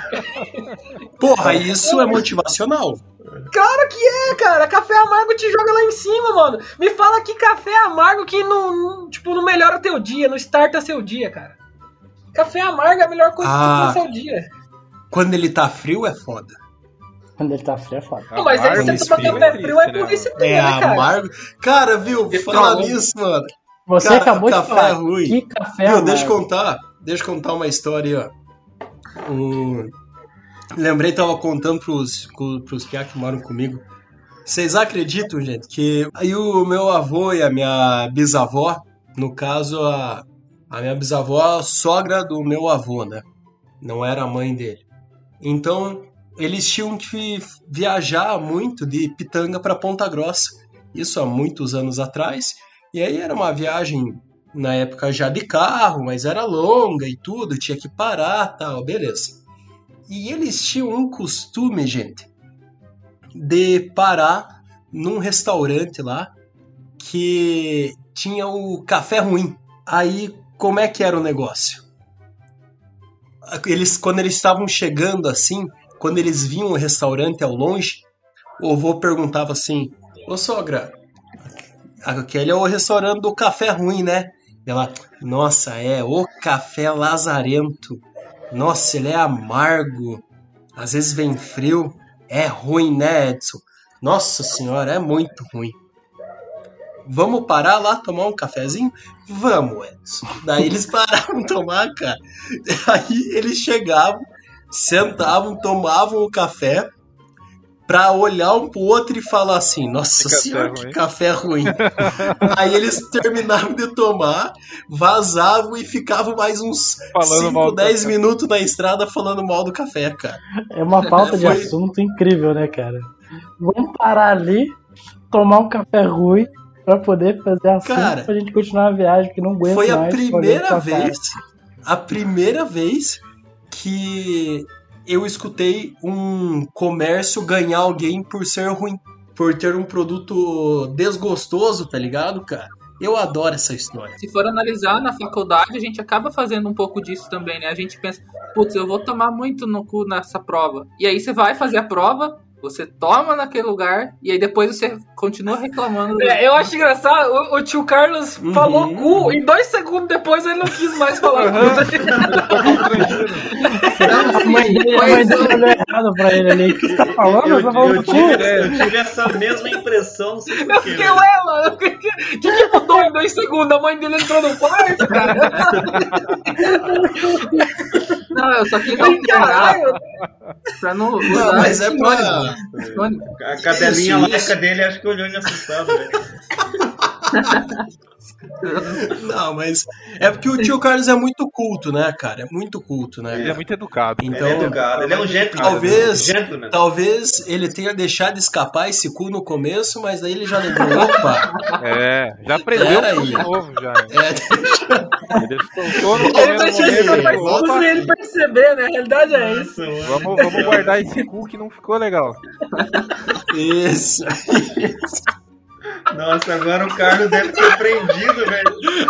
Speaker 4: Porra, isso é motivacional.
Speaker 1: Claro que é, cara. Café amargo te joga lá em cima, mano. Me fala que café amargo que não, não- tipo, não melhora teu dia, não starta seu dia, cara. Café amargo é a melhor coisa
Speaker 4: Ah.
Speaker 1: que tem no seu dia.
Speaker 4: Quando ele tá frio é foda.
Speaker 3: Quando ele tá frio é foda.
Speaker 1: Pô, mas aí
Speaker 5: Amargo,
Speaker 1: você toma
Speaker 4: frio,
Speaker 1: café
Speaker 5: é
Speaker 1: frio,
Speaker 5: triste,
Speaker 1: é
Speaker 5: né,
Speaker 1: burrice tua,
Speaker 4: É
Speaker 1: né, cara?
Speaker 4: amargo. Cara, viu? Falar nisso, mano.
Speaker 3: Você
Speaker 4: Cara,
Speaker 3: acabou de
Speaker 4: café
Speaker 3: falar.
Speaker 4: é ruim.
Speaker 3: Que café
Speaker 4: Viu,
Speaker 3: amargo.
Speaker 4: deixa eu contar. Deixa eu contar uma história, ó. Um... Lembrei, tava contando pros, co- pros piá que moram comigo. Vocês acreditam, gente, que aí o meu avô e a minha bisavó, no caso, a, a minha bisavó, a sogra do meu avô, né? Não era a mãe dele. Então, eles tinham que viajar muito de Pitanga para Ponta Grossa. Isso há muitos anos atrás. E aí era uma viagem, na época já de carro, mas era longa e tudo, tinha que parar e tal, beleza. E eles tinham um costume, gente, de parar num restaurante lá que tinha o café ruim. Aí, como é que era o negócio? Eles, quando eles estavam chegando assim, quando eles viam o restaurante ao longe, o avô perguntava assim: ô sogra, aquele é o restaurante do café ruim, né? Ela, nossa, é o café lazarento. Nossa, ele é amargo. Às vezes vem frio. É ruim, né, Edson? Nossa senhora, é muito ruim. Vamos parar lá, tomar um cafezinho? Vamos, Edson. Daí eles paravam de tomar, cara. Aí eles chegavam, sentavam, tomavam o café pra olhar um pro outro e falar assim: nossa
Speaker 5: Que café
Speaker 4: senhora,
Speaker 5: ruim.
Speaker 4: que café ruim. Aí eles terminavam de tomar, vazavam e ficavam mais uns
Speaker 5: Falando mal
Speaker 4: cinco,
Speaker 5: do
Speaker 4: dez
Speaker 5: café.
Speaker 4: minutos na estrada falando mal do café, cara.
Speaker 3: É uma falta de
Speaker 4: Foi-
Speaker 3: assunto incrível, né, cara? Vamos parar ali, tomar um café ruim pra poder fazer assunto
Speaker 4: Cara,
Speaker 3: pra gente continuar a viagem, que não aguenta
Speaker 4: Foi a
Speaker 3: mais.
Speaker 4: primeira
Speaker 3: olhando pra cara.
Speaker 4: vez, a primeira vez que eu escutei um comércio ganhar alguém por ser ruim, por ter um produto desgostoso, tá ligado, cara? Eu adoro essa história.
Speaker 6: Se for analisar na faculdade, a gente acaba fazendo um pouco disso também, né? A gente pensa, putz, eu vou tomar muito no cu nessa prova. E aí você vai fazer a prova, você toma naquele lugar, e aí depois você continua reclamando.
Speaker 1: É, eu acho engraçado, o, o tio Carlos
Speaker 4: Uhum.
Speaker 1: falou cu e dois segundos depois ele não quis mais falar cu.
Speaker 3: Você mãe dele, a mãe dele olhou errado pra ele ali. O que você tá falando?
Speaker 2: Eu,
Speaker 3: Você tá
Speaker 2: eu,
Speaker 3: falando
Speaker 2: eu,
Speaker 3: do
Speaker 2: tive,
Speaker 3: cu?
Speaker 2: eu tive essa mesma impressão, não sei
Speaker 1: Eu
Speaker 2: porquê.
Speaker 1: fiquei, ué, mano, o que, que, que mudou em dois segundos? A mãe dele entrou no quarto, cara.
Speaker 6: Não, eu só quis alternar
Speaker 1: Caralho.
Speaker 6: pra não
Speaker 4: Não,
Speaker 6: usar
Speaker 4: mas é
Speaker 6: sinônimo.
Speaker 4: pra...
Speaker 6: Sinônimo.
Speaker 2: A cadelinha
Speaker 4: Isso,
Speaker 2: laica
Speaker 4: isso.
Speaker 2: dele acho que olhou me assustado, velho.
Speaker 4: Não, mas é porque o tio Carlos é muito culto, né, cara? É muito culto, né?
Speaker 5: Ele é muito educado.
Speaker 4: Então,
Speaker 2: Ele é educado, ele é um gentleman.
Speaker 4: Talvez-
Speaker 2: Gentleman.
Speaker 4: Talvez ele tenha deixado escapar esse cu no começo, mas daí ele já lembrou, opa,
Speaker 5: É, já aprendeu
Speaker 4: Pera
Speaker 5: de
Speaker 4: aí.
Speaker 5: novo já.
Speaker 4: é,
Speaker 5: Ele soltou no
Speaker 1: Ele
Speaker 5: primeiro
Speaker 1: deixou ele
Speaker 5: momento.
Speaker 1: mais
Speaker 5: Opa,
Speaker 1: sem ele perceber, né? A realidade é isso.
Speaker 2: Nossa, mano.
Speaker 5: Vamos, vamos guardar esse cu que não ficou legal.
Speaker 4: isso.
Speaker 2: Nossa, agora o Carlos deve ter prendido, velho.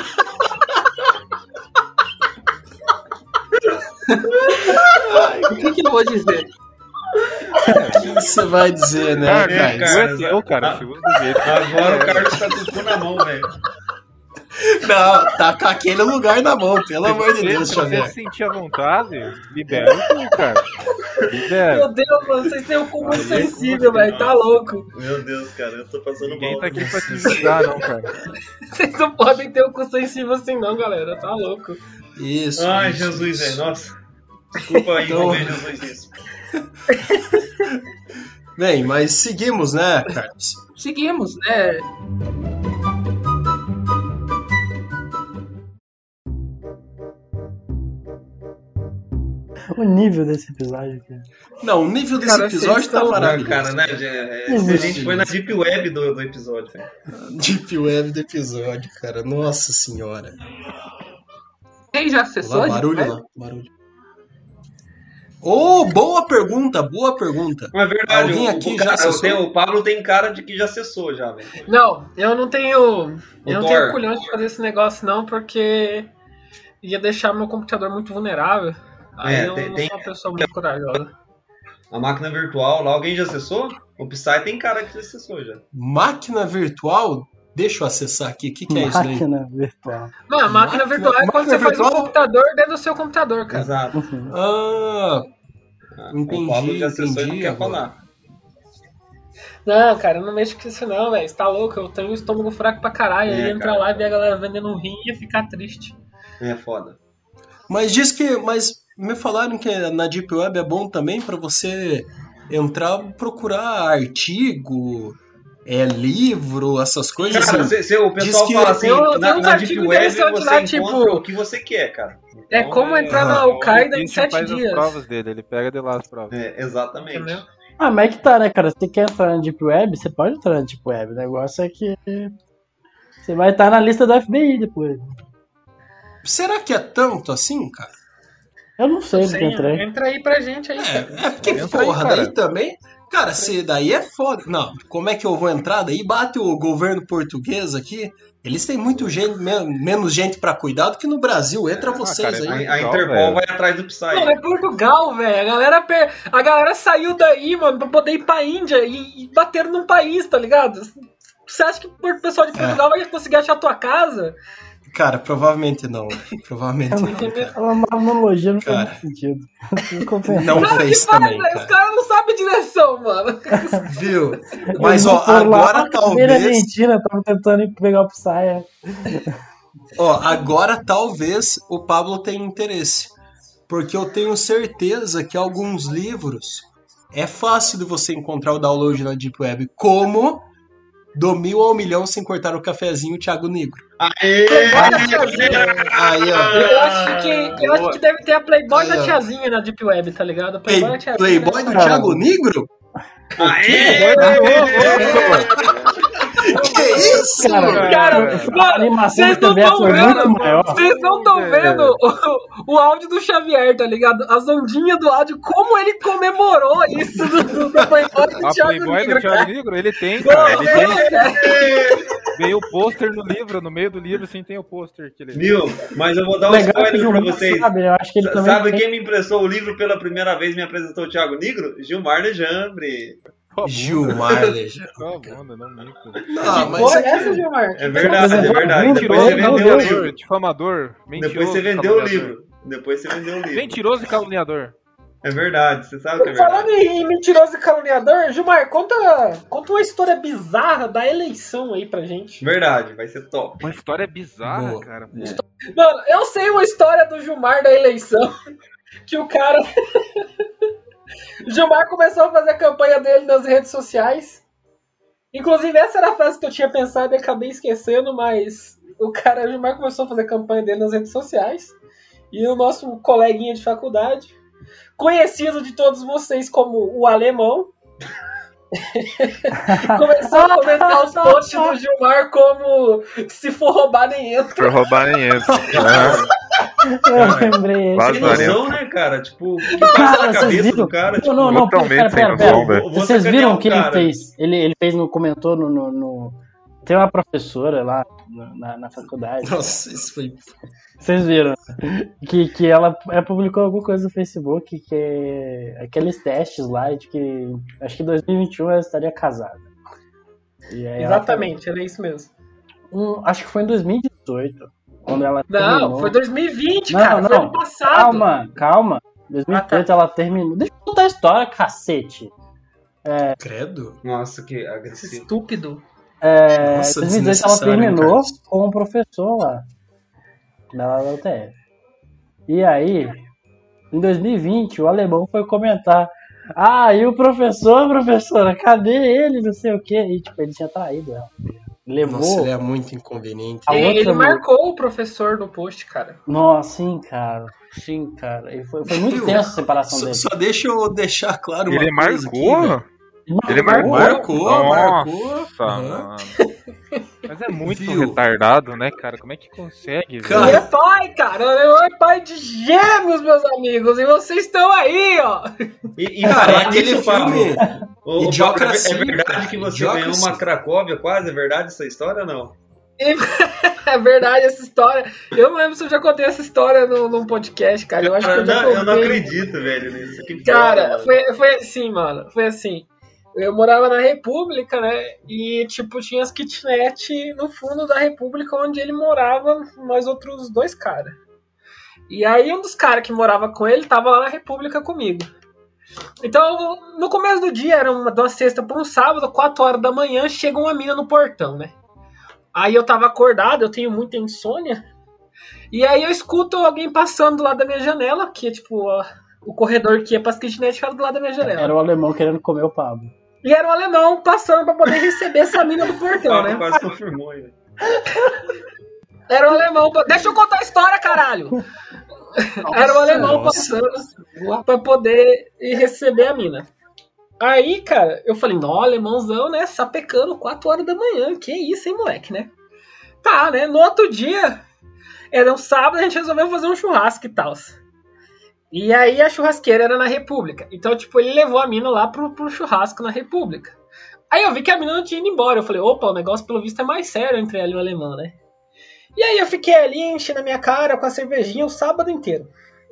Speaker 6: O que, que eu vou dizer?
Speaker 4: O que você vai dizer, né,
Speaker 5: Cara,
Speaker 2: é,
Speaker 4: Carlos?
Speaker 2: cara.
Speaker 5: é teu, cara. Se usa do jeito que
Speaker 2: Agora o
Speaker 5: é.
Speaker 2: Carlos tá com o cu na mão, velho.
Speaker 4: Não, tá com aquele lugar na mão, pelo
Speaker 5: Se
Speaker 4: amor de
Speaker 5: você-
Speaker 4: Deus,
Speaker 5: Se você
Speaker 4: Xavier.
Speaker 5: se sentir à vontade, libera o cu, cara. Libera.
Speaker 1: Meu Deus, mano, vocês têm um cu muito
Speaker 5: Aí,
Speaker 1: sensível,
Speaker 5: como assim?
Speaker 1: velho. Tá louco.
Speaker 2: Meu Deus, cara, eu tô passando
Speaker 5: Ninguém
Speaker 2: mal.
Speaker 5: tá aqui pra te julgar, não, cara.
Speaker 1: Vocês não podem ter um cu sensível assim, não, galera. Tá louco.
Speaker 4: Isso.
Speaker 2: Ai,
Speaker 4: isso,
Speaker 2: Jesus,
Speaker 4: isso.
Speaker 2: velho, nossa. Desculpa aí
Speaker 4: Então-
Speaker 2: envolver Jesus nisso.
Speaker 4: Bem, mas seguimos, né, Carlos?
Speaker 6: Seguimos, né?
Speaker 3: O nível desse episódio, cara.
Speaker 4: Não, o nível desse
Speaker 1: Cara,
Speaker 4: episódio
Speaker 1: vocês
Speaker 4: tá
Speaker 1: estão-
Speaker 2: Não,
Speaker 4: maravilhoso.
Speaker 2: cara, né? é,
Speaker 3: Não
Speaker 2: a
Speaker 3: existe
Speaker 2: gente foi na Deep Web do, do episódio, velho.
Speaker 4: Deep Web do episódio, cara. Nossa senhora.
Speaker 6: Quem já acessou?
Speaker 4: Lá,
Speaker 6: a
Speaker 4: barulho
Speaker 6: Deep
Speaker 4: lá, barulho. Oh, boa pergunta, boa pergunta.
Speaker 2: Mas é verdade,
Speaker 4: Alguém
Speaker 2: o,
Speaker 4: aqui
Speaker 2: o,
Speaker 4: já
Speaker 2: cara,
Speaker 4: acessou?
Speaker 2: tem- o Pablo tem cara de que já acessou já, velho.
Speaker 1: Não, eu não tenho. Eu não
Speaker 2: Thor.
Speaker 1: tenho culhões de fazer esse negócio, não, porque ia deixar meu computador muito vulnerável. Aí
Speaker 2: É,
Speaker 1: eu
Speaker 2: tem-
Speaker 1: não
Speaker 2: tem-
Speaker 1: sou uma pessoa muito corajosa.
Speaker 2: A máquina virtual lá, alguém já acessou? O Psy tem cara que já acessou já.
Speaker 4: Máquina virtual? Deixa eu acessar aqui. O que, que é isso aí?
Speaker 3: Máquina virtual.
Speaker 1: Não, a máquina
Speaker 4: Máquina-
Speaker 1: virtual é quando
Speaker 4: máquina
Speaker 1: você faz um
Speaker 4: virtual-
Speaker 1: computador dentro do seu computador, cara.
Speaker 2: Exato.
Speaker 3: Uhum.
Speaker 4: Ah, Entendi,
Speaker 2: o Pablo já acessou e não
Speaker 4: entendi
Speaker 2: quer
Speaker 4: agora.
Speaker 2: falar.
Speaker 1: Não, cara, eu não mexo com isso não, velho. Você tá louco? Eu tenho um estômago fraco pra caralho.
Speaker 2: É,
Speaker 1: Aí entrar
Speaker 2: cara.
Speaker 1: lá e ver a galera vendendo um rim e ia ficar triste.
Speaker 2: É foda.
Speaker 4: Mas diz que. Mas me falaram que na Deep Web é bom também pra você entrar procurar artigo, é, livro, essas coisas.
Speaker 2: Cara,
Speaker 4: assim.
Speaker 2: cê, cê- o pessoal
Speaker 4: diz que
Speaker 2: fala assim,
Speaker 1: eu-
Speaker 2: na,
Speaker 1: tem uns
Speaker 2: na Deep
Speaker 1: artigos
Speaker 2: Web
Speaker 1: interessantes
Speaker 2: você
Speaker 1: lá,
Speaker 2: encontra
Speaker 1: tipo,
Speaker 2: o que você quer, cara.
Speaker 1: É
Speaker 2: Então,
Speaker 1: como entrar na
Speaker 4: ah,
Speaker 1: Al-Qaeda
Speaker 5: O
Speaker 1: em
Speaker 5: Christian
Speaker 1: sete
Speaker 5: faz
Speaker 1: dias.
Speaker 5: as provas dele, ele pega de lá as provas.
Speaker 2: É, exatamente.
Speaker 1: Entendeu?
Speaker 3: Ah, mas é que tá, né, cara? Se você quer entrar na Deep Web, você pode entrar na Deep Web. O negócio é que você vai estar na lista do F B I depois.
Speaker 4: Será que é tanto assim, cara?
Speaker 3: Eu não sei,
Speaker 1: Sei,
Speaker 3: porque entrei.
Speaker 1: entra aí pra gente aí. cara.
Speaker 4: É, é porque,
Speaker 5: Entra aí,
Speaker 4: porra,
Speaker 5: cara.
Speaker 4: daí também. Cara, se daí é foda. Não, como é que eu vou entrar? Daí bate o governo português aqui. Eles têm muito gente, men- menos gente pra cuidar do que no Brasil. Entra vocês
Speaker 5: cara,
Speaker 4: aí.
Speaker 2: A, a
Speaker 5: Legal,
Speaker 2: Interpol
Speaker 5: velho.
Speaker 2: vai atrás do Psy.
Speaker 1: Mano, é Portugal, velho. A galera, per- a galera saiu daí, mano, pra poder ir pra Índia e, e bater num país, tá ligado? Você acha que o pessoal de Portugal vai conseguir achar a tua casa?
Speaker 4: Cara, provavelmente não. Provavelmente não. Cara.
Speaker 3: Uma analogia não faz
Speaker 4: Cara.
Speaker 3: muito sentido. Eu confesso.
Speaker 4: Não
Speaker 1: Claro
Speaker 4: fez
Speaker 1: que faz,
Speaker 4: também,
Speaker 1: velho. Os
Speaker 4: cara.
Speaker 1: caras não sabem direção, mano.
Speaker 4: Viu? Mas,
Speaker 3: Eles
Speaker 4: ó,
Speaker 3: foram lá
Speaker 4: agora
Speaker 3: na cadeira
Speaker 4: talvez.
Speaker 3: Argentina, estavam tentando ir pegar o Psy.
Speaker 4: Ó, agora talvez o Pablo tenha interesse. Porque eu tenho certeza que alguns livros é fácil de você encontrar o download na Deep Web. Como Do Mil ao Milhão Sem Cortar o Cafezinho, Thiago Negro.
Speaker 2: Aê!
Speaker 4: Aí, ó.
Speaker 1: Eu acho que, eu acho que deve ter a Playboy
Speaker 4: Aí,
Speaker 1: da
Speaker 4: ó.
Speaker 1: tiazinha na Deep Web, tá ligado? A
Speaker 4: Play-
Speaker 1: Playboy da tiazinha.
Speaker 4: Playboy do
Speaker 1: deve estar-
Speaker 4: Thiago Negro?
Speaker 2: Aê!
Speaker 4: Que isso?
Speaker 3: Cara,
Speaker 1: Cara,
Speaker 3: a
Speaker 1: mano,
Speaker 3: animação
Speaker 1: vocês
Speaker 3: do
Speaker 1: não
Speaker 3: Beto
Speaker 1: estão
Speaker 3: é
Speaker 1: vendo,
Speaker 3: muito maior.
Speaker 1: vocês não estão
Speaker 5: É.
Speaker 1: vendo o, o áudio do Xavier, tá ligado? As ondinhas do áudio, como ele comemorou isso do, do, do Playboy do
Speaker 5: A
Speaker 1: Thiago
Speaker 5: Playboy
Speaker 1: Negro,
Speaker 5: do
Speaker 1: cara.
Speaker 5: Thiago Negro, ele tem, cara. Ele tem.
Speaker 1: É, cara.
Speaker 5: Veio o pôster no livro, no meio do livro, assim, tem o pôster que ele.
Speaker 2: Viu? Mas eu vou dar um
Speaker 3: Legal que o
Speaker 2: spoiler pra
Speaker 3: Gilmar
Speaker 2: vocês.
Speaker 3: sabe, eu acho que ele também
Speaker 2: Sabe
Speaker 3: tem.
Speaker 2: quem me emprestou o livro pela primeira vez e me apresentou o Thiago Negro? Gilmar Lejambre.
Speaker 4: Gilmar Leja.
Speaker 5: Só a bunda, não minto.
Speaker 4: Não, mas
Speaker 1: Porra,
Speaker 4: é
Speaker 1: essa,
Speaker 4: que...
Speaker 1: Gilmar?
Speaker 2: É verdade, é verdade. Depois
Speaker 5: Mentiroso,
Speaker 2: você vendeu o
Speaker 5: caluniador,
Speaker 2: livro.
Speaker 5: difamador, mentiroso.
Speaker 2: Depois você vendeu o
Speaker 5: caluniador.
Speaker 2: livro. Depois você vendeu o livro.
Speaker 5: Mentiroso e caluniador.
Speaker 2: É verdade, você sabe que é
Speaker 1: Falando
Speaker 2: verdade.
Speaker 1: em mentiroso e caluniador, Gilmar, conta, conta uma história bizarra da eleição aí pra gente.
Speaker 2: Verdade, vai ser top.
Speaker 5: Uma história bizarra,
Speaker 4: Boa.
Speaker 5: cara.
Speaker 1: Mano, eu sei uma história do Gilmar da eleição, que o cara... O Gilmar começou a fazer a campanha dele nas redes sociais. Inclusive, essa era a frase que eu tinha pensado e acabei esquecendo, mas o cara, o Gilmar começou a fazer a campanha dele nas redes sociais. E o nosso coleguinha de faculdade, conhecido de todos vocês como o Alemão, começou a comentar os posts do Gilmar como se for roubar nem entra.
Speaker 5: Pra roubar nem entra.
Speaker 3: Eu lembrei.
Speaker 2: Tem
Speaker 5: Vazarento.
Speaker 2: noção, né, cara? Tipo, o que passa
Speaker 3: Cara,
Speaker 2: na
Speaker 3: vocês
Speaker 2: cabeça
Speaker 3: viram?
Speaker 2: do cara? Tipo,
Speaker 3: Não, não, não,
Speaker 5: totalmente
Speaker 3: pera, pera,
Speaker 5: sem
Speaker 3: pera.
Speaker 5: noção, velho.
Speaker 2: Vou- vou
Speaker 3: Vocês
Speaker 2: sacanear
Speaker 3: viram o
Speaker 2: o
Speaker 3: que ele
Speaker 2: cara.
Speaker 3: fez? Ele, ele fez no comentou no, no, no- Tem uma professora lá na, na faculdade.
Speaker 4: Nossa, isso foi.
Speaker 3: Vocês viram? Que, que ela, ela publicou alguma coisa no Facebook que é aqueles testes lá de que acho que em dois mil e vinte e um ela estaria casada. E aí ela
Speaker 1: Exatamente, era isso mesmo.
Speaker 3: falou- um, acho que foi em dois mil e dezoito. Quando ela
Speaker 1: Não,
Speaker 3: terminou.
Speaker 1: foi dois mil e vinte,
Speaker 3: Não,
Speaker 1: cara, foi
Speaker 3: não.
Speaker 1: ano passado.
Speaker 3: Calma, calma. dois mil e dezoito ela terminou. Deixa eu contar a história, cacete.
Speaker 4: Credo?
Speaker 2: Nossa, que
Speaker 1: Esse
Speaker 2: agressivo.
Speaker 1: estúpido.
Speaker 3: É,
Speaker 4: Nossa,
Speaker 3: em dois mil e dezoito ela
Speaker 4: desnecessário, hein,
Speaker 3: terminou
Speaker 4: Carlos?
Speaker 3: com um professor lá. Da U T F. E aí, em dois mil e vinte, o alemão foi comentar. Ah, e o professor, professora, cadê ele? Não sei o quê. E tipo, ele tinha traído ela. Levou.
Speaker 4: Nossa, ele é muito inconveniente.
Speaker 3: A
Speaker 1: Ele,
Speaker 3: outra
Speaker 1: ele
Speaker 3: mulher-
Speaker 1: marcou o professor no post, cara.
Speaker 3: Nossa, sim, cara. Sim, cara. E foi, foi muito
Speaker 4: Viu?
Speaker 3: tenso a separação
Speaker 4: Só,
Speaker 3: dele.
Speaker 4: só deixa eu deixar claro uma
Speaker 5: Ele
Speaker 4: coisa aqui,
Speaker 5: marcou?
Speaker 4: velho.
Speaker 5: Ele marcou?
Speaker 4: Marcou,
Speaker 5: Nossa,
Speaker 4: marcou. Aham.
Speaker 5: mano. Mas é muito
Speaker 4: Viu?
Speaker 5: retardado, né, cara? Como é que consegue,
Speaker 4: Cara,
Speaker 1: Ele
Speaker 5: velho?
Speaker 1: é pai, cara. Ele é pai de gêmeos, meus amigos. E vocês estão aí, ó.
Speaker 2: E, e
Speaker 4: Cara,
Speaker 2: falar
Speaker 4: é aquele
Speaker 2: nisso, Pablo,
Speaker 4: filme.
Speaker 2: ô, ô,
Speaker 4: Idiocracy,
Speaker 2: Pablo, é verdade
Speaker 4: cara,
Speaker 2: que você
Speaker 4: Idiocracy.
Speaker 2: ganhou uma Cracóvia quase? É verdade essa história ou não?
Speaker 1: É verdade essa história. Eu não lembro se eu já contei essa história no, num podcast, cara. Eu acho que eu já
Speaker 2: não,
Speaker 1: contei.
Speaker 2: eu não acredito, velho, nisso. Que
Speaker 1: Cara,
Speaker 2: foda,
Speaker 1: foi, foi assim, mano. Foi assim. Eu morava na República, né? E, tipo, tinha as kitnet no fundo da República, onde ele morava, mais outros dois caras. E aí, um dos caras que morava com ele tava lá na República comigo. Então, no começo do dia, era uma, de uma sexta para um sábado, quatro horas da manhã, chega uma mina no portão, né? Aí eu tava acordado, eu tenho muita insônia. E aí eu escuto alguém passando do lado da minha janela, que é tipo a, o corredor que ia pras kitnet era do lado da minha janela.
Speaker 3: Era o alemão querendo comer o Pablo.
Speaker 1: E era o alemão passando pra poder receber essa mina do portão,
Speaker 2: Pablo
Speaker 1: né?
Speaker 2: quase confirmou, velho.
Speaker 1: Era o alemão. pa- Deixa eu contar a história, caralho! Era o alemão
Speaker 4: Nossa.
Speaker 1: passando pra poder ir receber a mina. Aí, cara, eu falei, não, alemãozão, né? Sapecando quatro horas da manhã. Que isso, hein, moleque, né? Tá, né? No outro dia, era um sábado, a gente resolveu fazer um churrasco e tal. E aí a churrasqueira era na República. Então, tipo, ele levou a mina lá pro, pro churrasco na República. Aí eu vi que a mina não tinha ido embora. Eu falei, opa, o negócio pelo visto é mais sério entre ela e o alemão, né? E aí eu fiquei ali enchendo a minha cara com a cervejinha o sábado inteiro.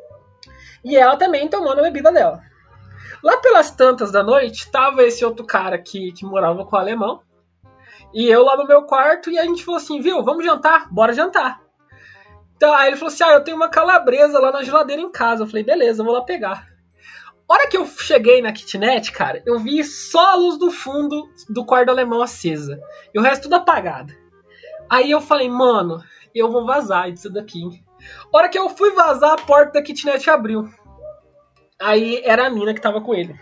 Speaker 1: E ela também tomando a bebida dela. Lá pelas tantas da noite, tava esse outro cara que, que morava com o alemão. E eu lá no meu quarto, e a gente falou assim, viu, vamos jantar? Bora jantar. Então, aí ele falou assim, ah, eu tenho uma calabresa lá na geladeira em casa. Eu falei, beleza, eu vou lá pegar. A hora que eu cheguei na kitnet, cara, eu vi só a luz do fundo do quarto do alemão acesa. E o resto tudo apagado. Aí eu falei, mano, eu vou vazar disso daqui. A hora que eu fui vazar, a porta da kitnet abriu. Aí era a mina que tava com ele.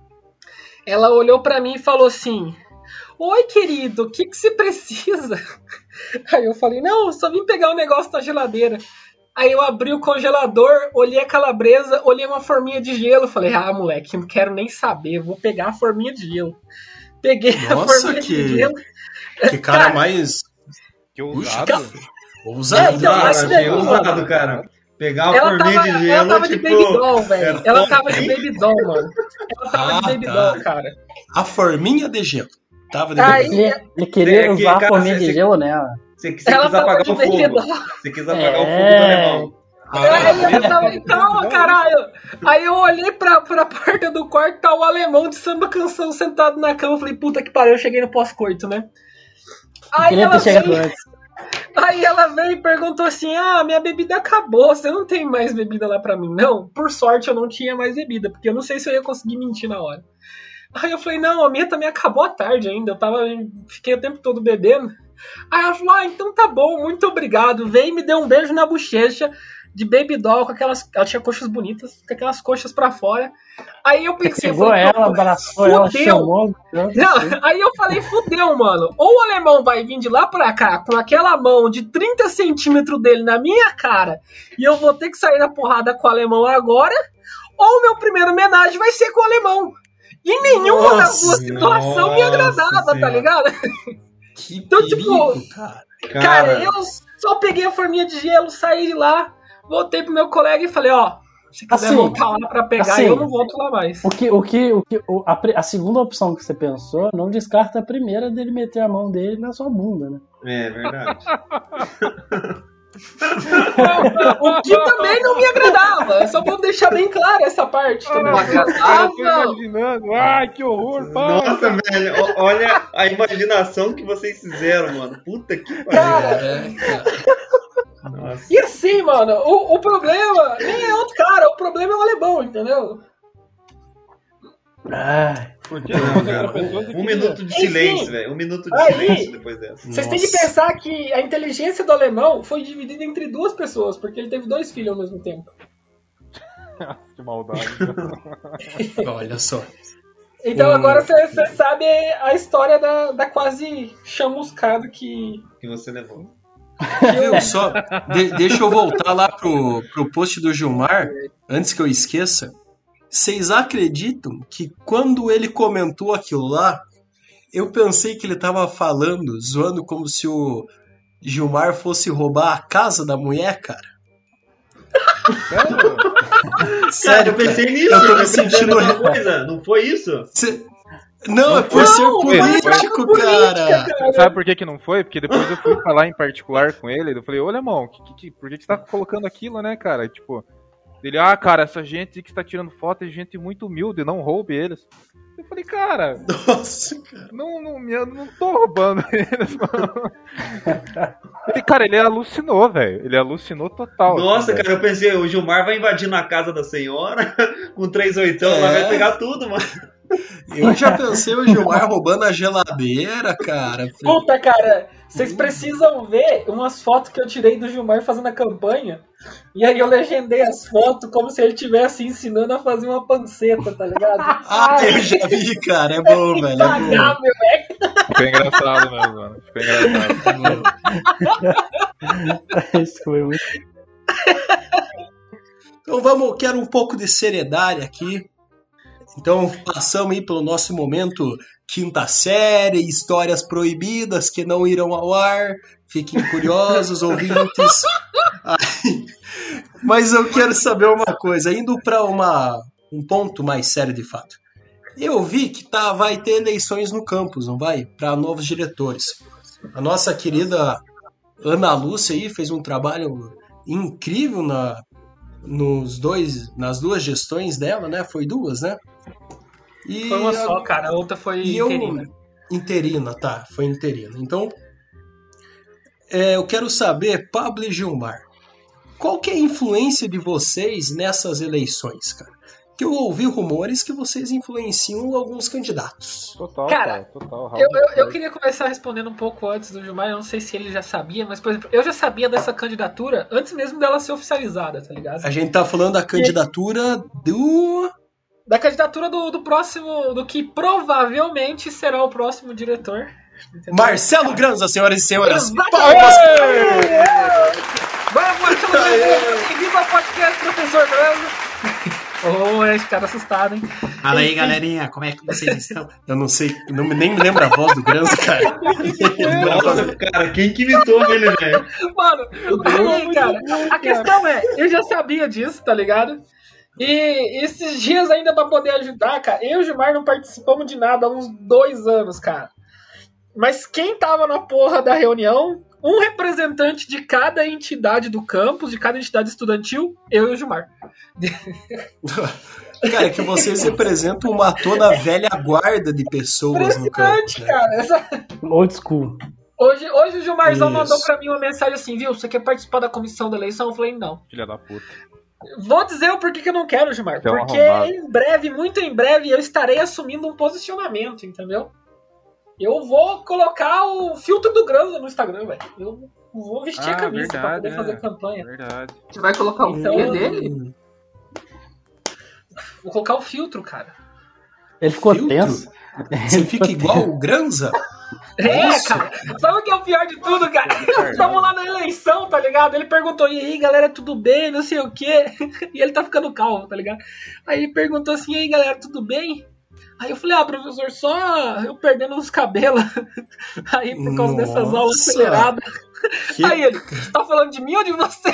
Speaker 1: Ela olhou pra mim e falou assim, oi, querido, o que que você precisa? Aí eu falei, não, eu só vim pegar um negócio da geladeira. Aí eu abri o congelador, olhei a calabresa, olhei uma forminha de gelo. Falei, ah, moleque, não quero nem saber, vou pegar a forminha de gelo. Peguei a
Speaker 4: Nossa,
Speaker 1: forminha
Speaker 4: que-
Speaker 1: de gelo.
Speaker 4: Que cara,
Speaker 1: Cara,
Speaker 4: mais
Speaker 5: Que
Speaker 4: Puxa,
Speaker 5: ousado.
Speaker 1: É,
Speaker 4: ousado.
Speaker 1: então,
Speaker 2: Cara,
Speaker 1: esse
Speaker 2: achei
Speaker 1: daí,
Speaker 2: ousado,
Speaker 1: mano.
Speaker 2: cara. Pegar uma
Speaker 1: Ela
Speaker 2: forminha
Speaker 1: tava,
Speaker 2: de
Speaker 1: ela
Speaker 2: gelo,
Speaker 1: tava de
Speaker 2: tipo...
Speaker 1: baby doll, velho.
Speaker 2: era
Speaker 1: Ela
Speaker 2: top,
Speaker 1: tava de
Speaker 2: hein?
Speaker 1: baby doll, mano. Ela tava
Speaker 4: Ah,
Speaker 1: de baby
Speaker 4: tá.
Speaker 1: doll, cara.
Speaker 4: A forminha de gelo. Tava de
Speaker 1: Aí-
Speaker 3: Ele, ele queria
Speaker 2: É que,
Speaker 3: usar a
Speaker 2: cara,
Speaker 3: forminha
Speaker 2: você-
Speaker 3: de gelo nela.
Speaker 2: Você, você
Speaker 1: Ela
Speaker 2: quis
Speaker 1: tava
Speaker 2: apagar
Speaker 1: de
Speaker 2: o
Speaker 1: baby
Speaker 2: fogo.
Speaker 1: doll.
Speaker 2: Você quis apagar
Speaker 3: É.
Speaker 2: o fogo do alemão.
Speaker 1: Aí
Speaker 4: Ah,
Speaker 1: eu tava, calma, caralho. Aí eu olhei pra, pra porta do quarto, tá o alemão de samba canção sentado na cama. Eu falei, puta que pariu, eu cheguei no pós-coito, né? Aí
Speaker 3: Queria
Speaker 1: ela
Speaker 3: ter chegado
Speaker 1: veio,
Speaker 3: antes.
Speaker 1: Aí ela veio e perguntou assim, ah, minha bebida acabou, você não tem mais bebida lá pra mim? Não, por sorte eu não tinha mais bebida, porque eu não sei se eu ia conseguir mentir na hora. Aí eu falei, não, a minha também acabou à tarde ainda, eu tava, fiquei o tempo todo bebendo. Aí ela falou, ah, então tá bom, muito obrigado. Veio e me deu um beijo na bochecha de baby doll, com aquelas, ela tinha coxas bonitas, com aquelas coxas pra fora. Aí eu pensei,
Speaker 3: Pegou
Speaker 1: falei,
Speaker 3: ela, abraçou ela, chamou.
Speaker 1: Não, aí eu falei, fudeu, mano. Ou o alemão vai vir de lá pra cá com aquela mão de trinta centímetros dele na minha cara e eu vou ter que sair na porrada com o alemão agora, ou meu primeiro homenagem vai ser com o alemão. E nenhuma das duas situações me agradava,
Speaker 2: senhora.
Speaker 1: Tá ligado?
Speaker 4: Que
Speaker 1: Então,
Speaker 4: perigo,
Speaker 1: tipo,
Speaker 4: cara.
Speaker 1: Cara,
Speaker 2: Cara,
Speaker 1: eu só peguei a forminha de gelo, saí de lá, voltei pro meu colega e falei, ó, se quiser
Speaker 3: Assim,
Speaker 1: voltar lá pra pegar,
Speaker 3: assim,
Speaker 1: eu não volto lá mais.
Speaker 3: O que, o que, o que, o- a, pri- a segunda opção que você pensou não descarta a primeira dele meter a mão dele na sua bunda, né?
Speaker 2: é verdade.
Speaker 1: O que também não me agradava. É só vou deixar bem claro essa parte também.
Speaker 6: Não
Speaker 5: Cara, eu
Speaker 6: agradava.
Speaker 5: tô imaginando. Ai, que horror, pai.
Speaker 2: Nossa, velho, ó- olha a imaginação que vocês fizeram, mano. Puta que pariu.
Speaker 1: Cara,
Speaker 4: É, cara.
Speaker 2: Nossa.
Speaker 1: e assim, mano, o, o problema nem é outro cara, o problema é o alemão, entendeu?
Speaker 3: Ai,
Speaker 5: Porque
Speaker 2: Não,
Speaker 5: outra
Speaker 2: cara,
Speaker 5: pessoa
Speaker 2: um,
Speaker 5: que
Speaker 2: um
Speaker 5: queria.
Speaker 2: minuto de
Speaker 1: Enfim.
Speaker 2: silêncio, velho. Um minuto de
Speaker 1: Aí.
Speaker 2: silêncio depois dessa.
Speaker 1: Vocês têm que
Speaker 4: Nossa.
Speaker 1: pensar que a inteligência do alemão foi dividida entre duas pessoas, porque ele teve dois filhos ao mesmo tempo.
Speaker 5: Que maldade.
Speaker 4: Olha só.
Speaker 1: Então
Speaker 4: Hum.
Speaker 1: agora você sabe a história da, da quase chamuscada que,
Speaker 2: Que você levou.
Speaker 1: que eu...
Speaker 4: Viu só? De- deixa eu voltar lá pro, pro post do Gilmar, antes que eu esqueça. Vocês acreditam que quando ele comentou aquilo lá, eu pensei que ele tava falando, zoando como se o Gilmar fosse roubar a casa da mulher, cara?
Speaker 5: Sério?
Speaker 2: Cara,
Speaker 4: Sério,
Speaker 2: eu pensei
Speaker 4: cara.
Speaker 2: nisso.
Speaker 4: Eu tô me
Speaker 2: pensei a
Speaker 4: sentindo-
Speaker 2: mesma coisa. Não foi isso?
Speaker 4: Cê- Não, é por
Speaker 1: Não,
Speaker 4: ser
Speaker 1: não foi
Speaker 4: político,
Speaker 1: política,
Speaker 4: cara.
Speaker 1: cara.
Speaker 5: Sabe por que que não foi? Porque depois eu fui falar em particular com ele, eu falei, ô alemão, que, que, que- por que que você tá colocando aquilo, né, cara? E, tipo, ele, ah, cara, essa gente que está tirando foto é gente muito humilde, não roube eles. Eu falei, cara,
Speaker 4: Nossa, cara.
Speaker 5: não, não, eu não tô roubando eles, mano. Ele, cara, ele alucinou, velho. Ele alucinou total.
Speaker 2: Nossa,
Speaker 5: assim,
Speaker 2: cara, eu pensei, o Gilmar vai invadir na casa da senhora com três oitão,
Speaker 4: É.
Speaker 2: ela vai pegar tudo, mano.
Speaker 4: Eu já pensei o Gilmar roubando a geladeira, cara.
Speaker 1: Puta, cara, vocês precisam ver umas fotos que eu tirei do Gilmar fazendo a campanha. E aí eu legendei as fotos como se ele estivesse ensinando a fazer uma panceta, tá ligado?
Speaker 4: Ah, eu já vi, cara. É bom, velho. É bom.
Speaker 1: Impagável, é.
Speaker 5: Ficou engraçado mesmo, mano. Ficou engraçado.
Speaker 3: isso foi muito.
Speaker 4: Então vamos, quero um pouco de seriedade aqui. Então passamos aí pelo nosso momento quinta série, histórias proibidas que não irão ao ar. Fiquem curiosos, ouvintes. Aí, mas eu quero saber uma coisa, indo para uma um ponto mais sério de fato. Eu vi que tá, vai ter eleições no campus, não vai? Para novos diretores. A nossa querida Ana Lúcia aí fez um trabalho incrível na, nos dois, nas duas gestões dela, né? Foi duas, né? E
Speaker 1: Foi uma
Speaker 4: a-
Speaker 1: só, cara. A outra foi
Speaker 4: e eu,
Speaker 1: interina.
Speaker 4: interina, tá, foi interina. Então, é, eu quero saber, Pablo e Gilmar, qual que é a influência de vocês nessas eleições, cara? Que eu ouvi rumores que vocês influenciam alguns candidatos.
Speaker 5: Total,
Speaker 1: Cara,
Speaker 5: cara, total.
Speaker 1: Eu, eu, eu queria começar respondendo um pouco antes do Gilmar, eu não sei se ele já sabia, mas, por exemplo, eu já sabia dessa candidatura antes mesmo dela ser oficializada, tá ligado?
Speaker 4: A gente tá falando da candidatura do...
Speaker 1: Da candidatura do, do próximo, do que provavelmente será o próximo diretor. Entendeu?
Speaker 4: Marcelo Granza, senhoras e senhores.
Speaker 1: Exatamente.
Speaker 4: Palmas!
Speaker 1: Vamos, Marcelo Granza! Bem-vindo ao podcast, professor Granza! Oh, esse cara assustado, hein?
Speaker 7: Fala aí, galerinha, como é que vocês estão?
Speaker 4: Eu não sei, não, me- nem me lembro a voz do Granza, cara.
Speaker 2: Nossa, cara, quem que imitou ele, velho?
Speaker 1: Mano, aí, cara, a questão é, eu já sabia disso, tá ligado? E esses dias ainda pra poder ajudar, cara, eu e o Gilmar não participamos de nada há uns dois anos, cara. Mas quem tava na porra da reunião, um representante de cada entidade do campus, de cada entidade estudantil, eu e o Gilmar.
Speaker 4: Cara, é que vocês representam uma toda velha guarda de pessoas no campo.
Speaker 1: Impressionante,
Speaker 4: Né?
Speaker 1: cara. Essa...
Speaker 3: Old school.
Speaker 1: Hoje, hoje o Gilmarzão
Speaker 4: Isso.
Speaker 1: mandou pra mim uma mensagem assim, viu? Você quer participar da comissão da eleição? Eu falei, não.
Speaker 5: Filha da puta.
Speaker 1: Vou dizer o porquê que eu não quero, Gilmar.
Speaker 5: Você é um
Speaker 1: Porque
Speaker 5: arrombado.
Speaker 1: em breve, muito em breve, eu estarei assumindo um posicionamento, entendeu? Eu vou colocar o filtro do Granza no Instagram, velho. Eu vou vestir a
Speaker 5: Ah,
Speaker 1: camisa pra
Speaker 5: verdade,
Speaker 1: poder
Speaker 5: é.
Speaker 1: fazer campanha.
Speaker 5: Verdade.
Speaker 6: Você vai colocar o
Speaker 1: Então-
Speaker 6: filho dele?
Speaker 1: Vou colocar o filtro, cara.
Speaker 3: Ele ficou
Speaker 4: Filtro?
Speaker 3: tenso.
Speaker 4: Você fica igual o Granza?
Speaker 1: É,
Speaker 4: Isso.
Speaker 1: cara. Sabe o que é o pior de tudo, cara? Estamos lá na eleição, tá ligado? Ele perguntou, e aí, galera, tudo bem? Não sei o quê. E ele tá ficando calmo, tá ligado? Aí ele perguntou assim, e aí, galera, tudo bem? Aí eu falei, ah, professor, só eu perdendo os cabelos. Aí por causa
Speaker 4: Nossa.
Speaker 1: dessas aulas aceleradas.
Speaker 4: Que
Speaker 1: Aí ele, você tá falando de mim ou de você?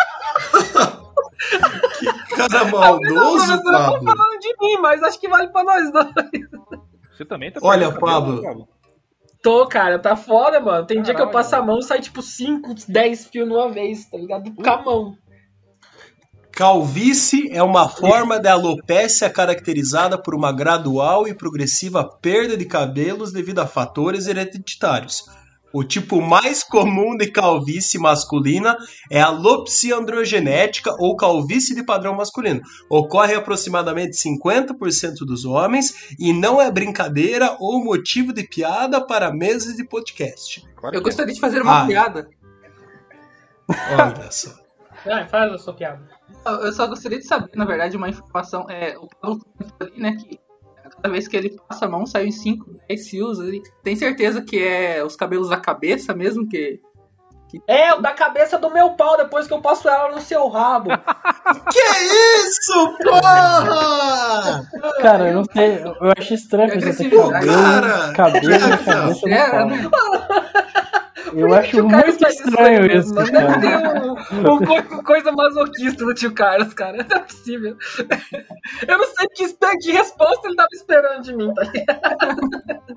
Speaker 4: cara
Speaker 1: Não,
Speaker 4: maldoso,
Speaker 1: professor, eu tô
Speaker 4: Pablo.
Speaker 1: falando de mim, mas acho que vale pra nós dois.
Speaker 5: Você também tá
Speaker 4: Olha,
Speaker 5: perdendo cabelo,
Speaker 4: Pablo.
Speaker 1: Tô, cara, tá foda, mano. Tem dia que eu
Speaker 5: Caralho,
Speaker 1: passo a
Speaker 5: mano.
Speaker 1: mão e sai tipo cinco, dez fios numa vez, tá ligado? Com a mão.
Speaker 4: Calvície é uma forma de alopécia caracterizada por uma gradual e progressiva perda de cabelos devido a fatores hereditários. O tipo mais comum de calvície masculina é a alopecia androgenética ou calvície de padrão masculino. Ocorre em aproximadamente cinquenta por cento dos homens e não é brincadeira ou motivo de piada para mesas de podcast.
Speaker 5: Claro
Speaker 6: Eu
Speaker 5: que é.
Speaker 6: gostaria de fazer uma
Speaker 4: Ah.
Speaker 6: piada.
Speaker 4: Olha só.
Speaker 1: Vai, faz a sua piada.
Speaker 6: Eu eu só gostaria de saber, na verdade, uma informação. É, o Paulo comentou ali, né, que cada vez que ele passa a mão saem cinco, dez fios ali. Tem certeza que é os cabelos da cabeça mesmo? Que
Speaker 1: É, o da cabeça do meu pau depois que eu passo ela no seu rabo.
Speaker 4: Que isso, porra!
Speaker 3: Cara, eu não sei. Eu acho estranho
Speaker 6: Que
Speaker 3: você ter
Speaker 6: agressividade.
Speaker 3: cabelo, cabelo na cabeça
Speaker 6: É,
Speaker 3: do pau.
Speaker 6: né?
Speaker 3: Eu acho
Speaker 1: O Carlos
Speaker 3: muito
Speaker 1: faz
Speaker 3: estranho
Speaker 1: aí
Speaker 3: isso,
Speaker 1: mesmo. Não deve
Speaker 3: cara.
Speaker 1: ter um, um co- coisa masoquista do tio Carlos, cara. Não é possível. Eu não sei que, espe- que resposta ele tava esperando de mim, tá ligado?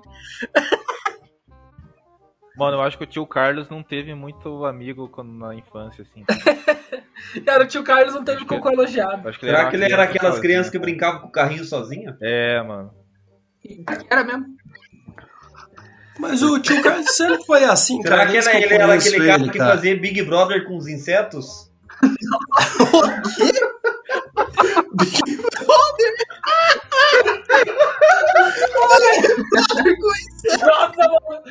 Speaker 5: Mano, eu acho que o tio Carlos não teve muito amigo quando, na infância, assim.
Speaker 1: Cara, o tio Carlos não teve cocô elogiado.
Speaker 5: Acho que
Speaker 2: Será
Speaker 5: uma
Speaker 2: que ele era
Speaker 5: criança
Speaker 2: aquelas
Speaker 5: sozinha.
Speaker 2: crianças que brincavam com o carrinho sozinha?
Speaker 5: É, mano.
Speaker 6: Era mesmo.
Speaker 4: Mas o tio Carlos sempre foi assim,
Speaker 2: Será
Speaker 4: cara.
Speaker 2: que
Speaker 4: desde
Speaker 2: era,
Speaker 4: eu
Speaker 2: ele era
Speaker 4: conheço
Speaker 2: aquele cara
Speaker 4: ele,
Speaker 2: que
Speaker 4: cara.
Speaker 2: fazia Big Brother com os insetos?
Speaker 1: Nossa, mano.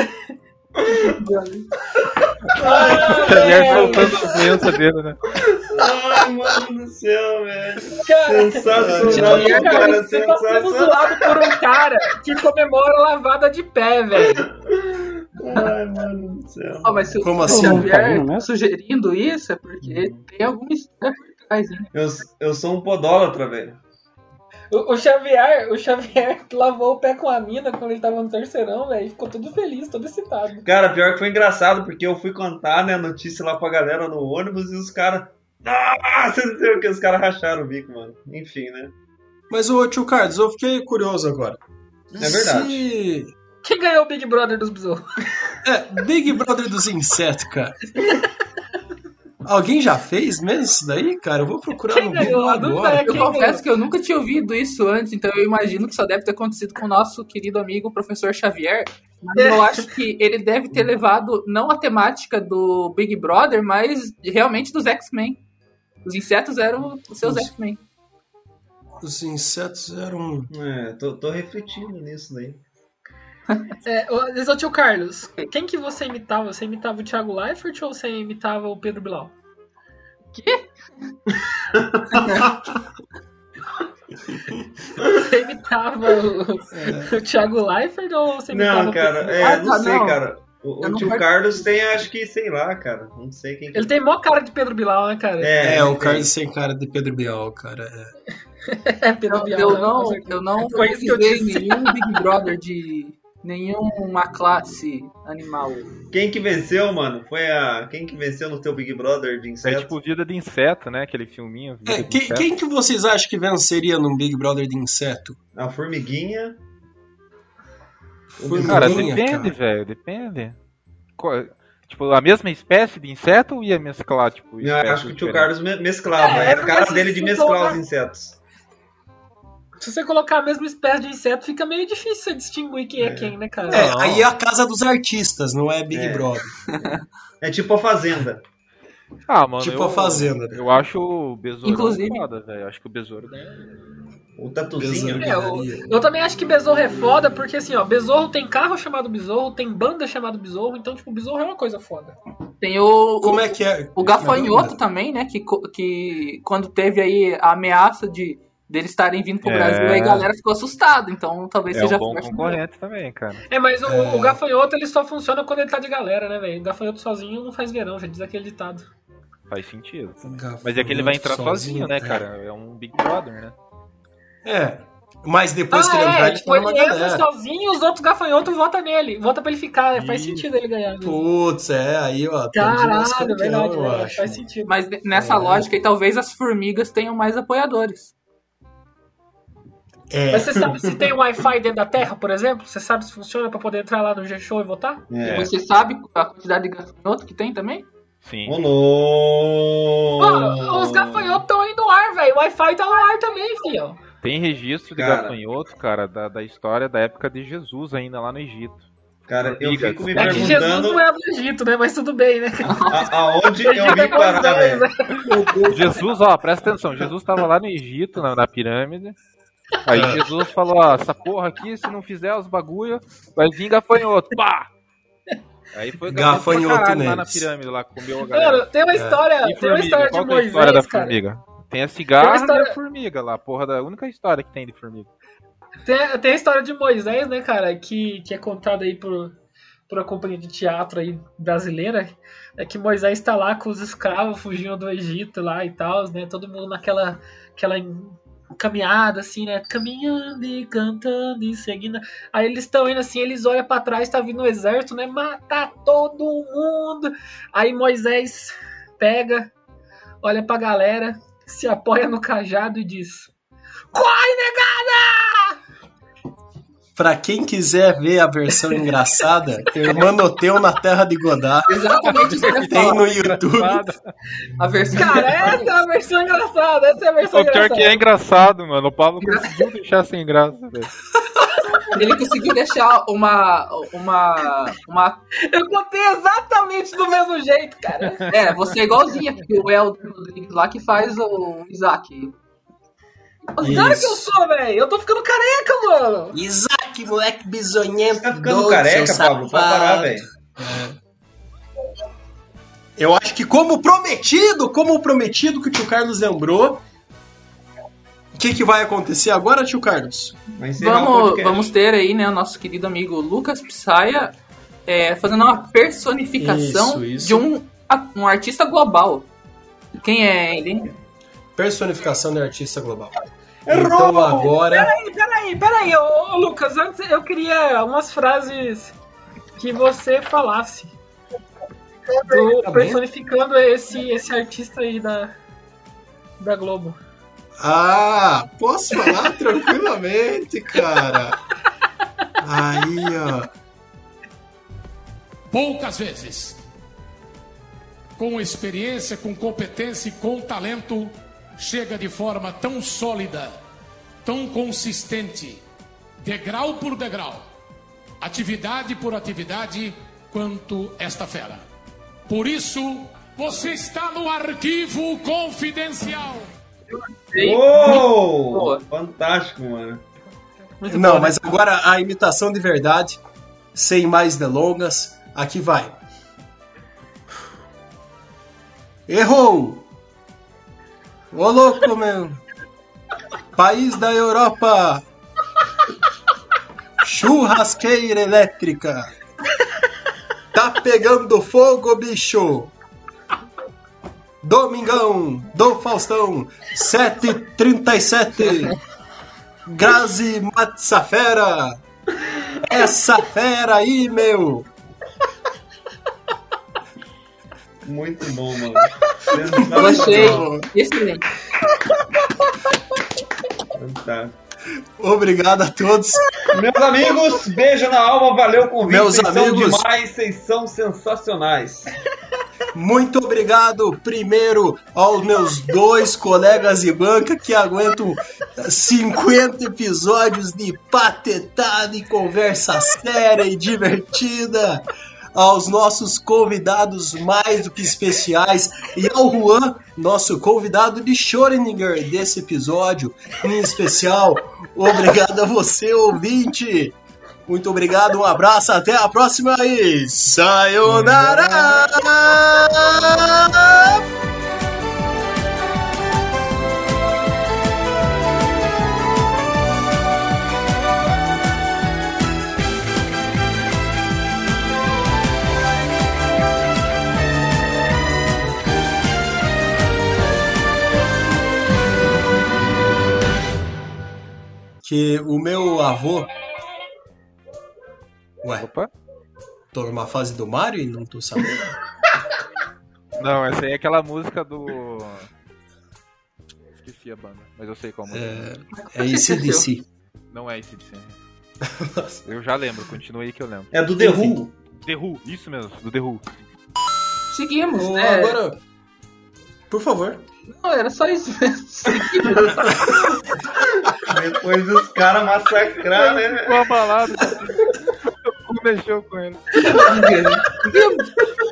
Speaker 5: Xavier soltando a doença dele, né?
Speaker 2: Ai, mano do céu, velho.
Speaker 1: Cara,
Speaker 2: Sensacional,
Speaker 1: Xavier,
Speaker 2: cara,
Speaker 1: cara, você tá sendo
Speaker 2: sensacional.
Speaker 1: zoado por um cara que comemora lavada de pé, velho.
Speaker 2: Ai, mano do céu.
Speaker 6: Ó, mas se
Speaker 4: Como
Speaker 6: o
Speaker 4: assim?
Speaker 6: Xavier
Speaker 3: Carinho, né?
Speaker 6: sugerindo isso é porque tem alguma história por trás, hein?
Speaker 2: Eu, eu sou um podólatra, velho.
Speaker 1: O, o Xavier, o Xavier lavou o pé com a mina quando ele tava no terceirão, velho. Ficou todo feliz, todo excitado.
Speaker 2: Cara, pior que foi engraçado, porque eu fui contar, né, a notícia lá pra galera no ônibus e os caras... Nossa, não sei o que, os caras racharam o bico, mano. Enfim, né?
Speaker 4: Mas, ô tio Carlos, eu fiquei curioso agora.
Speaker 2: É verdade.
Speaker 4: Se...
Speaker 1: Quem ganhou o Big Brother dos besouros?
Speaker 4: É, Big Brother dos insetos, cara. Alguém já fez mesmo isso daí, cara? Eu vou procurar
Speaker 1: Quem
Speaker 4: no Google
Speaker 1: ganhou? A dúvida
Speaker 4: agora.
Speaker 1: é
Speaker 6: Eu
Speaker 1: Quem
Speaker 6: confesso
Speaker 1: ganhou?
Speaker 6: que eu nunca tinha ouvido isso antes, então eu imagino que só deve ter acontecido com o nosso querido amigo, o professor Xavier. Mas eu acho que ele deve ter levado não a temática do Big Brother, mas realmente dos X-Men. Os insetos eram os seus
Speaker 4: Os-
Speaker 6: X-Men.
Speaker 4: Os insetos eram...
Speaker 2: É, tô, tô refletindo nisso daí.
Speaker 1: É, ô, ô, tio Carlos, quem que você imitava? Você imitava o Thiago Leifert ou você imitava o Pedro Bilau? Você imitava o, o Thiago Leifert ou você imitava
Speaker 2: Não,
Speaker 1: o Pedro
Speaker 2: cara,
Speaker 1: Bilau?
Speaker 2: é,
Speaker 6: Ah,
Speaker 2: não
Speaker 6: tá,
Speaker 2: sei,
Speaker 6: não.
Speaker 2: cara. O,
Speaker 6: Eu
Speaker 2: o
Speaker 6: não
Speaker 2: tio
Speaker 6: part-
Speaker 2: Carlos tem, acho que, sei lá, cara. Não sei quem que...
Speaker 1: Ele tem mó cara de Pedro Bilau, né, cara?
Speaker 2: É,
Speaker 4: É,
Speaker 2: ele
Speaker 4: o
Speaker 2: tem.
Speaker 4: Carlos sem cara de Pedro Bial, cara. É.
Speaker 1: É Pedro
Speaker 6: Eu,
Speaker 1: Bilau.
Speaker 6: eu
Speaker 1: né?
Speaker 6: não, eu não
Speaker 1: Foi isso que eu
Speaker 6: pesquisei
Speaker 1: disse.
Speaker 6: nenhum Big Brother de nenhuma classe animal.
Speaker 2: Quem que venceu, mano? Foi a... Quem que venceu no teu Big Brother de
Speaker 5: É
Speaker 2: inseto?
Speaker 5: tipo Vida de Inseto, né? Aquele filminho. Vida
Speaker 4: É,
Speaker 5: de
Speaker 4: quem,
Speaker 5: Inseto.
Speaker 4: quem que vocês acham que venceria num Big Brother de inseto?
Speaker 2: A formiguinha. O
Speaker 4: Formiguinha,
Speaker 5: Cara,
Speaker 2: besouro.
Speaker 5: depende,
Speaker 4: cara.
Speaker 5: velho. Depende. Qual- Tipo, a mesma espécie de inseto ou ia mesclar, tipo,
Speaker 2: Eu
Speaker 5: espécies
Speaker 2: acho que o tio
Speaker 5: diferentes?
Speaker 2: Carlos me- mesclava.
Speaker 1: É,
Speaker 2: Era a cara
Speaker 1: mas
Speaker 2: dele de
Speaker 1: se
Speaker 2: mesclar
Speaker 1: for-
Speaker 2: os insetos.
Speaker 1: Se você colocar a mesma espécie de inseto, fica meio difícil você distinguir quem é, é quem, né, cara?
Speaker 4: É, aí é a casa dos artistas, não é Big
Speaker 2: É.
Speaker 4: Brother.
Speaker 2: É tipo a Fazenda.
Speaker 5: Ah, mano,
Speaker 4: Tipo
Speaker 5: eu,
Speaker 4: a Fazenda, né?
Speaker 5: Eu acho o Besouro
Speaker 6: Inclusive-
Speaker 5: foda, velho. Acho que o Besouro
Speaker 2: O tatuzinho.
Speaker 4: Besouro.
Speaker 1: É, eu, eu também acho que Besouro é foda, porque assim, ó, Besouro tem carro chamado Besouro, tem banda chamado Besouro, então, tipo, Besouro é uma coisa foda.
Speaker 6: Tem o,
Speaker 4: Como é que é?
Speaker 6: o Gafanhoto também, né? Que, co- que quando teve aí a ameaça de deles estarem vindo pro
Speaker 5: É.
Speaker 6: Brasil, aí a galera ficou assustada. Então talvez
Speaker 5: é
Speaker 6: seja
Speaker 5: um bom
Speaker 6: forte.
Speaker 5: concorrente também, cara.
Speaker 1: É, mas o,
Speaker 4: É.
Speaker 1: o gafanhoto, ele só funciona quando ele tá de galera, né, velho? O gafanhoto sozinho não faz verão, já diz aquele ditado.
Speaker 5: Faz sentido.
Speaker 4: Gafanhoto
Speaker 5: Mas é que ele vai entrar sozinho, né,
Speaker 4: é.
Speaker 5: cara? É um Big Brother, né?
Speaker 4: É. Mas depois que
Speaker 1: ah,
Speaker 4: ele entrar,
Speaker 1: é,
Speaker 4: ele
Speaker 1: tipo,
Speaker 4: forma
Speaker 1: ele
Speaker 4: uma
Speaker 1: entra
Speaker 4: galera.
Speaker 1: sozinho, os outros gafanhotos votam nele, votam pra ele ficar, faz
Speaker 5: Isso.
Speaker 1: sentido ele ganhar. Né?
Speaker 4: Putz, é, aí, ó. temos um
Speaker 1: Caralho,
Speaker 4: escorpião,
Speaker 1: verdade,
Speaker 4: eu
Speaker 1: verdade,
Speaker 4: acho.
Speaker 1: faz sentido.
Speaker 6: Mas nessa
Speaker 4: É.
Speaker 6: lógica aí, talvez as formigas tenham mais apoiadores.
Speaker 4: É.
Speaker 1: Mas você sabe se tem Wi-Fi dentro da Terra, por exemplo? Você sabe se funciona pra poder entrar lá no G-Show e votar?
Speaker 2: É.
Speaker 6: Você sabe a quantidade de gafanhoto que tem também?
Speaker 5: Sim.
Speaker 2: Ô, louco.
Speaker 1: Mano, os gafanhotos estão aí no ar, velho. O Wi-Fi tá no ar também, filho.
Speaker 5: Tem registro de
Speaker 2: Cara.
Speaker 5: gafanhoto, cara, da, da história da época de Jesus ainda lá no Egito.
Speaker 2: Cara, eu fico me
Speaker 1: É que Jesus
Speaker 2: perguntando
Speaker 1: não é do Egito, né? Mas tudo bem, né?
Speaker 2: a- aonde eu
Speaker 1: Egito é
Speaker 2: vim parar,
Speaker 1: Moisés,
Speaker 2: velho.
Speaker 1: né?
Speaker 5: Jesus, ó, presta atenção, Jesus tava lá no Egito, na, na pirâmide. Aí Jesus falou, ó, essa porra aqui, se não fizer os bagulho, vai vir gafanhoto. Pá! Aí foi
Speaker 4: Gafanhoto
Speaker 5: pra caralho lá na
Speaker 4: neles.
Speaker 5: pirâmide, lá comeu a galera.
Speaker 1: Mano, tem uma história,
Speaker 5: E
Speaker 1: tem uma
Speaker 5: formiga?
Speaker 1: história de
Speaker 5: Qual que é a história
Speaker 1: Moisés,
Speaker 5: da
Speaker 1: cara.
Speaker 5: formiga? Tem a cigarra
Speaker 1: Tem uma história-
Speaker 5: e a formiga lá, porra, da única história que tem de formiga.
Speaker 1: Tem, tem a história de Moisés, né, cara, que, que é contada aí por, por uma companhia de teatro aí brasileira. É que Moisés tá lá com os escravos fugindo do Egito lá e tal, né? Todo mundo naquela aquela caminhada, assim, né? Caminhando e cantando e seguindo. Aí eles estão indo assim, eles olham pra trás, tá vindo o exército, né? Matar todo mundo. Aí Moisés pega, olha pra galera, se apoia no cajado e diz: corre, negada!
Speaker 4: Pra quem quiser ver a versão engraçada, Hermanoteu na Terra de Godard.
Speaker 6: Exatamente isso que eu ia
Speaker 4: Tem
Speaker 6: falar.
Speaker 4: no YouTube.
Speaker 6: A versão.
Speaker 1: Cara, essa é a versão engraçada, essa é a versão
Speaker 5: O pior
Speaker 1: engraçada.
Speaker 5: que é engraçado, mano. O Pablo conseguiu deixar sem graça, velho.
Speaker 6: Ele conseguiu deixar uma. uma. uma.
Speaker 1: Eu contei exatamente do mesmo jeito, cara.
Speaker 6: É, você é igualzinha, porque o Helder Rodrigues lá que faz o Isaac.
Speaker 1: Claro que eu sou, velho. Eu tô ficando careca, mano.
Speaker 4: Isaac, moleque bisonhento.
Speaker 2: Tá ficando
Speaker 4: doido,
Speaker 2: careca,
Speaker 4: seu
Speaker 2: Pablo? Pode
Speaker 4: safado.
Speaker 2: parar, velho.
Speaker 4: Eu acho que como prometido, como prometido que o tio Carlos lembrou, o que, que vai acontecer agora, tio Carlos?
Speaker 2: Vai encerrar o
Speaker 6: Vamos,
Speaker 2: podcast.
Speaker 6: vamos ter aí, né, o nosso querido amigo Lucas Psaia é, fazendo uma personificação
Speaker 4: Isso, isso.
Speaker 6: de um, um artista global. Quem é ele?
Speaker 4: Personificação de artista global.
Speaker 2: Errou!
Speaker 4: Então agora...
Speaker 1: Peraí, peraí, peraí. Ô, ô, Lucas, antes eu queria umas frases que você falasse. Do-
Speaker 4: Tá bem.
Speaker 1: personificando esse, esse artista aí da, da Globo.
Speaker 4: Ah, posso falar tranquilamente, cara. Aí, ó.
Speaker 8: Poucas vezes, com experiência, com competência e com talento, chega de forma tão sólida, tão consistente, degrau por degrau, atividade por atividade, quanto esta fera. Por isso, você está no arquivo confidencial.
Speaker 2: Uou!
Speaker 6: Boa.
Speaker 2: Fantástico, mano.
Speaker 1: Muito
Speaker 4: Não,
Speaker 1: bom, né?
Speaker 4: mas agora a imitação de verdade, sem mais delongas, aqui vai. Errou! Ô louco, meu! País da Europa! Churrasqueira elétrica! Tá pegando fogo, bicho! Domingão, do Faustão, sete e trinta e sete. Grazi Matsafera. Essa fera aí, meu.
Speaker 2: Muito bom, mano.
Speaker 6: Eu achei
Speaker 2: Sensacional.
Speaker 6: excelente.
Speaker 2: Fantástico.
Speaker 4: Obrigado a todos.
Speaker 2: Meus amigos, beijo na alma, valeu o convite.
Speaker 4: Meus
Speaker 2: vocês são
Speaker 4: amigos.
Speaker 2: demais, vocês são sensacionais.
Speaker 4: Muito obrigado, primeiro, aos meus dois colegas de banca que aguentam cinquenta episódios de patetada e conversa séria e divertida. Aos nossos convidados mais do que especiais e ao Juan, nosso convidado de Schrödinger desse episódio, em especial, obrigado a você, ouvinte. Muito obrigado, um abraço, até a próxima e sayonara! Que o meu avô... Ué,
Speaker 5: Opa.
Speaker 4: tô numa fase do Mario e não tô sabendo.
Speaker 5: Não, essa aí é aquela música do... Esqueci a banda, mas eu sei qual música.
Speaker 4: É, é A C D C.
Speaker 5: Não é esse de cem. Eu já lembro, continua aí que eu lembro.
Speaker 2: É do The Who.
Speaker 5: The Who, isso mesmo, do The Who.
Speaker 6: Seguimos,
Speaker 4: Oh,
Speaker 6: né?
Speaker 4: agora, por favor.
Speaker 6: Não, era só isso mesmo. Seguimos.
Speaker 2: Depois dos caras massacrar, né?
Speaker 5: Ficou abalado. O cu mexeu com ele.
Speaker 6: Seguimos.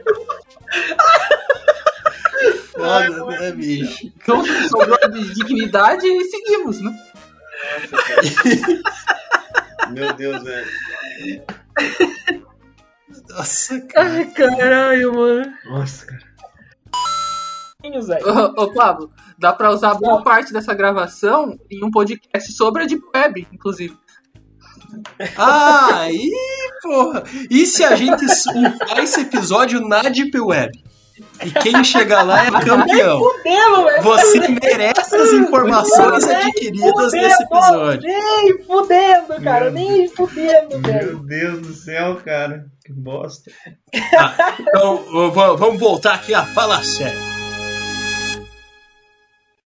Speaker 4: Foda, né, bicho?
Speaker 6: Então, sobrou de dignidade e seguimos, né?
Speaker 2: Meu Deus, velho.
Speaker 4: Nossa, cara.
Speaker 1: Ai, caralho, mano.
Speaker 2: Nossa, cara.
Speaker 1: Velho.
Speaker 6: Ô, ô, Pablo, dá pra usar boa parte dessa gravação em um podcast sobre a Deep Web, inclusive.
Speaker 4: Ah, e porra. E se a gente upar esse episódio na Deep Web? E quem chegar lá é campeão.
Speaker 1: Fudendo, velho.
Speaker 4: Você merece as informações adquiridas nesse episódio.
Speaker 1: Nem fudendo, cara.
Speaker 2: Meu
Speaker 1: Nem fudendo, velho.
Speaker 2: Meu Deus do céu, cara. Que bosta.
Speaker 4: Tá, então v- vamos voltar aqui a falar sério.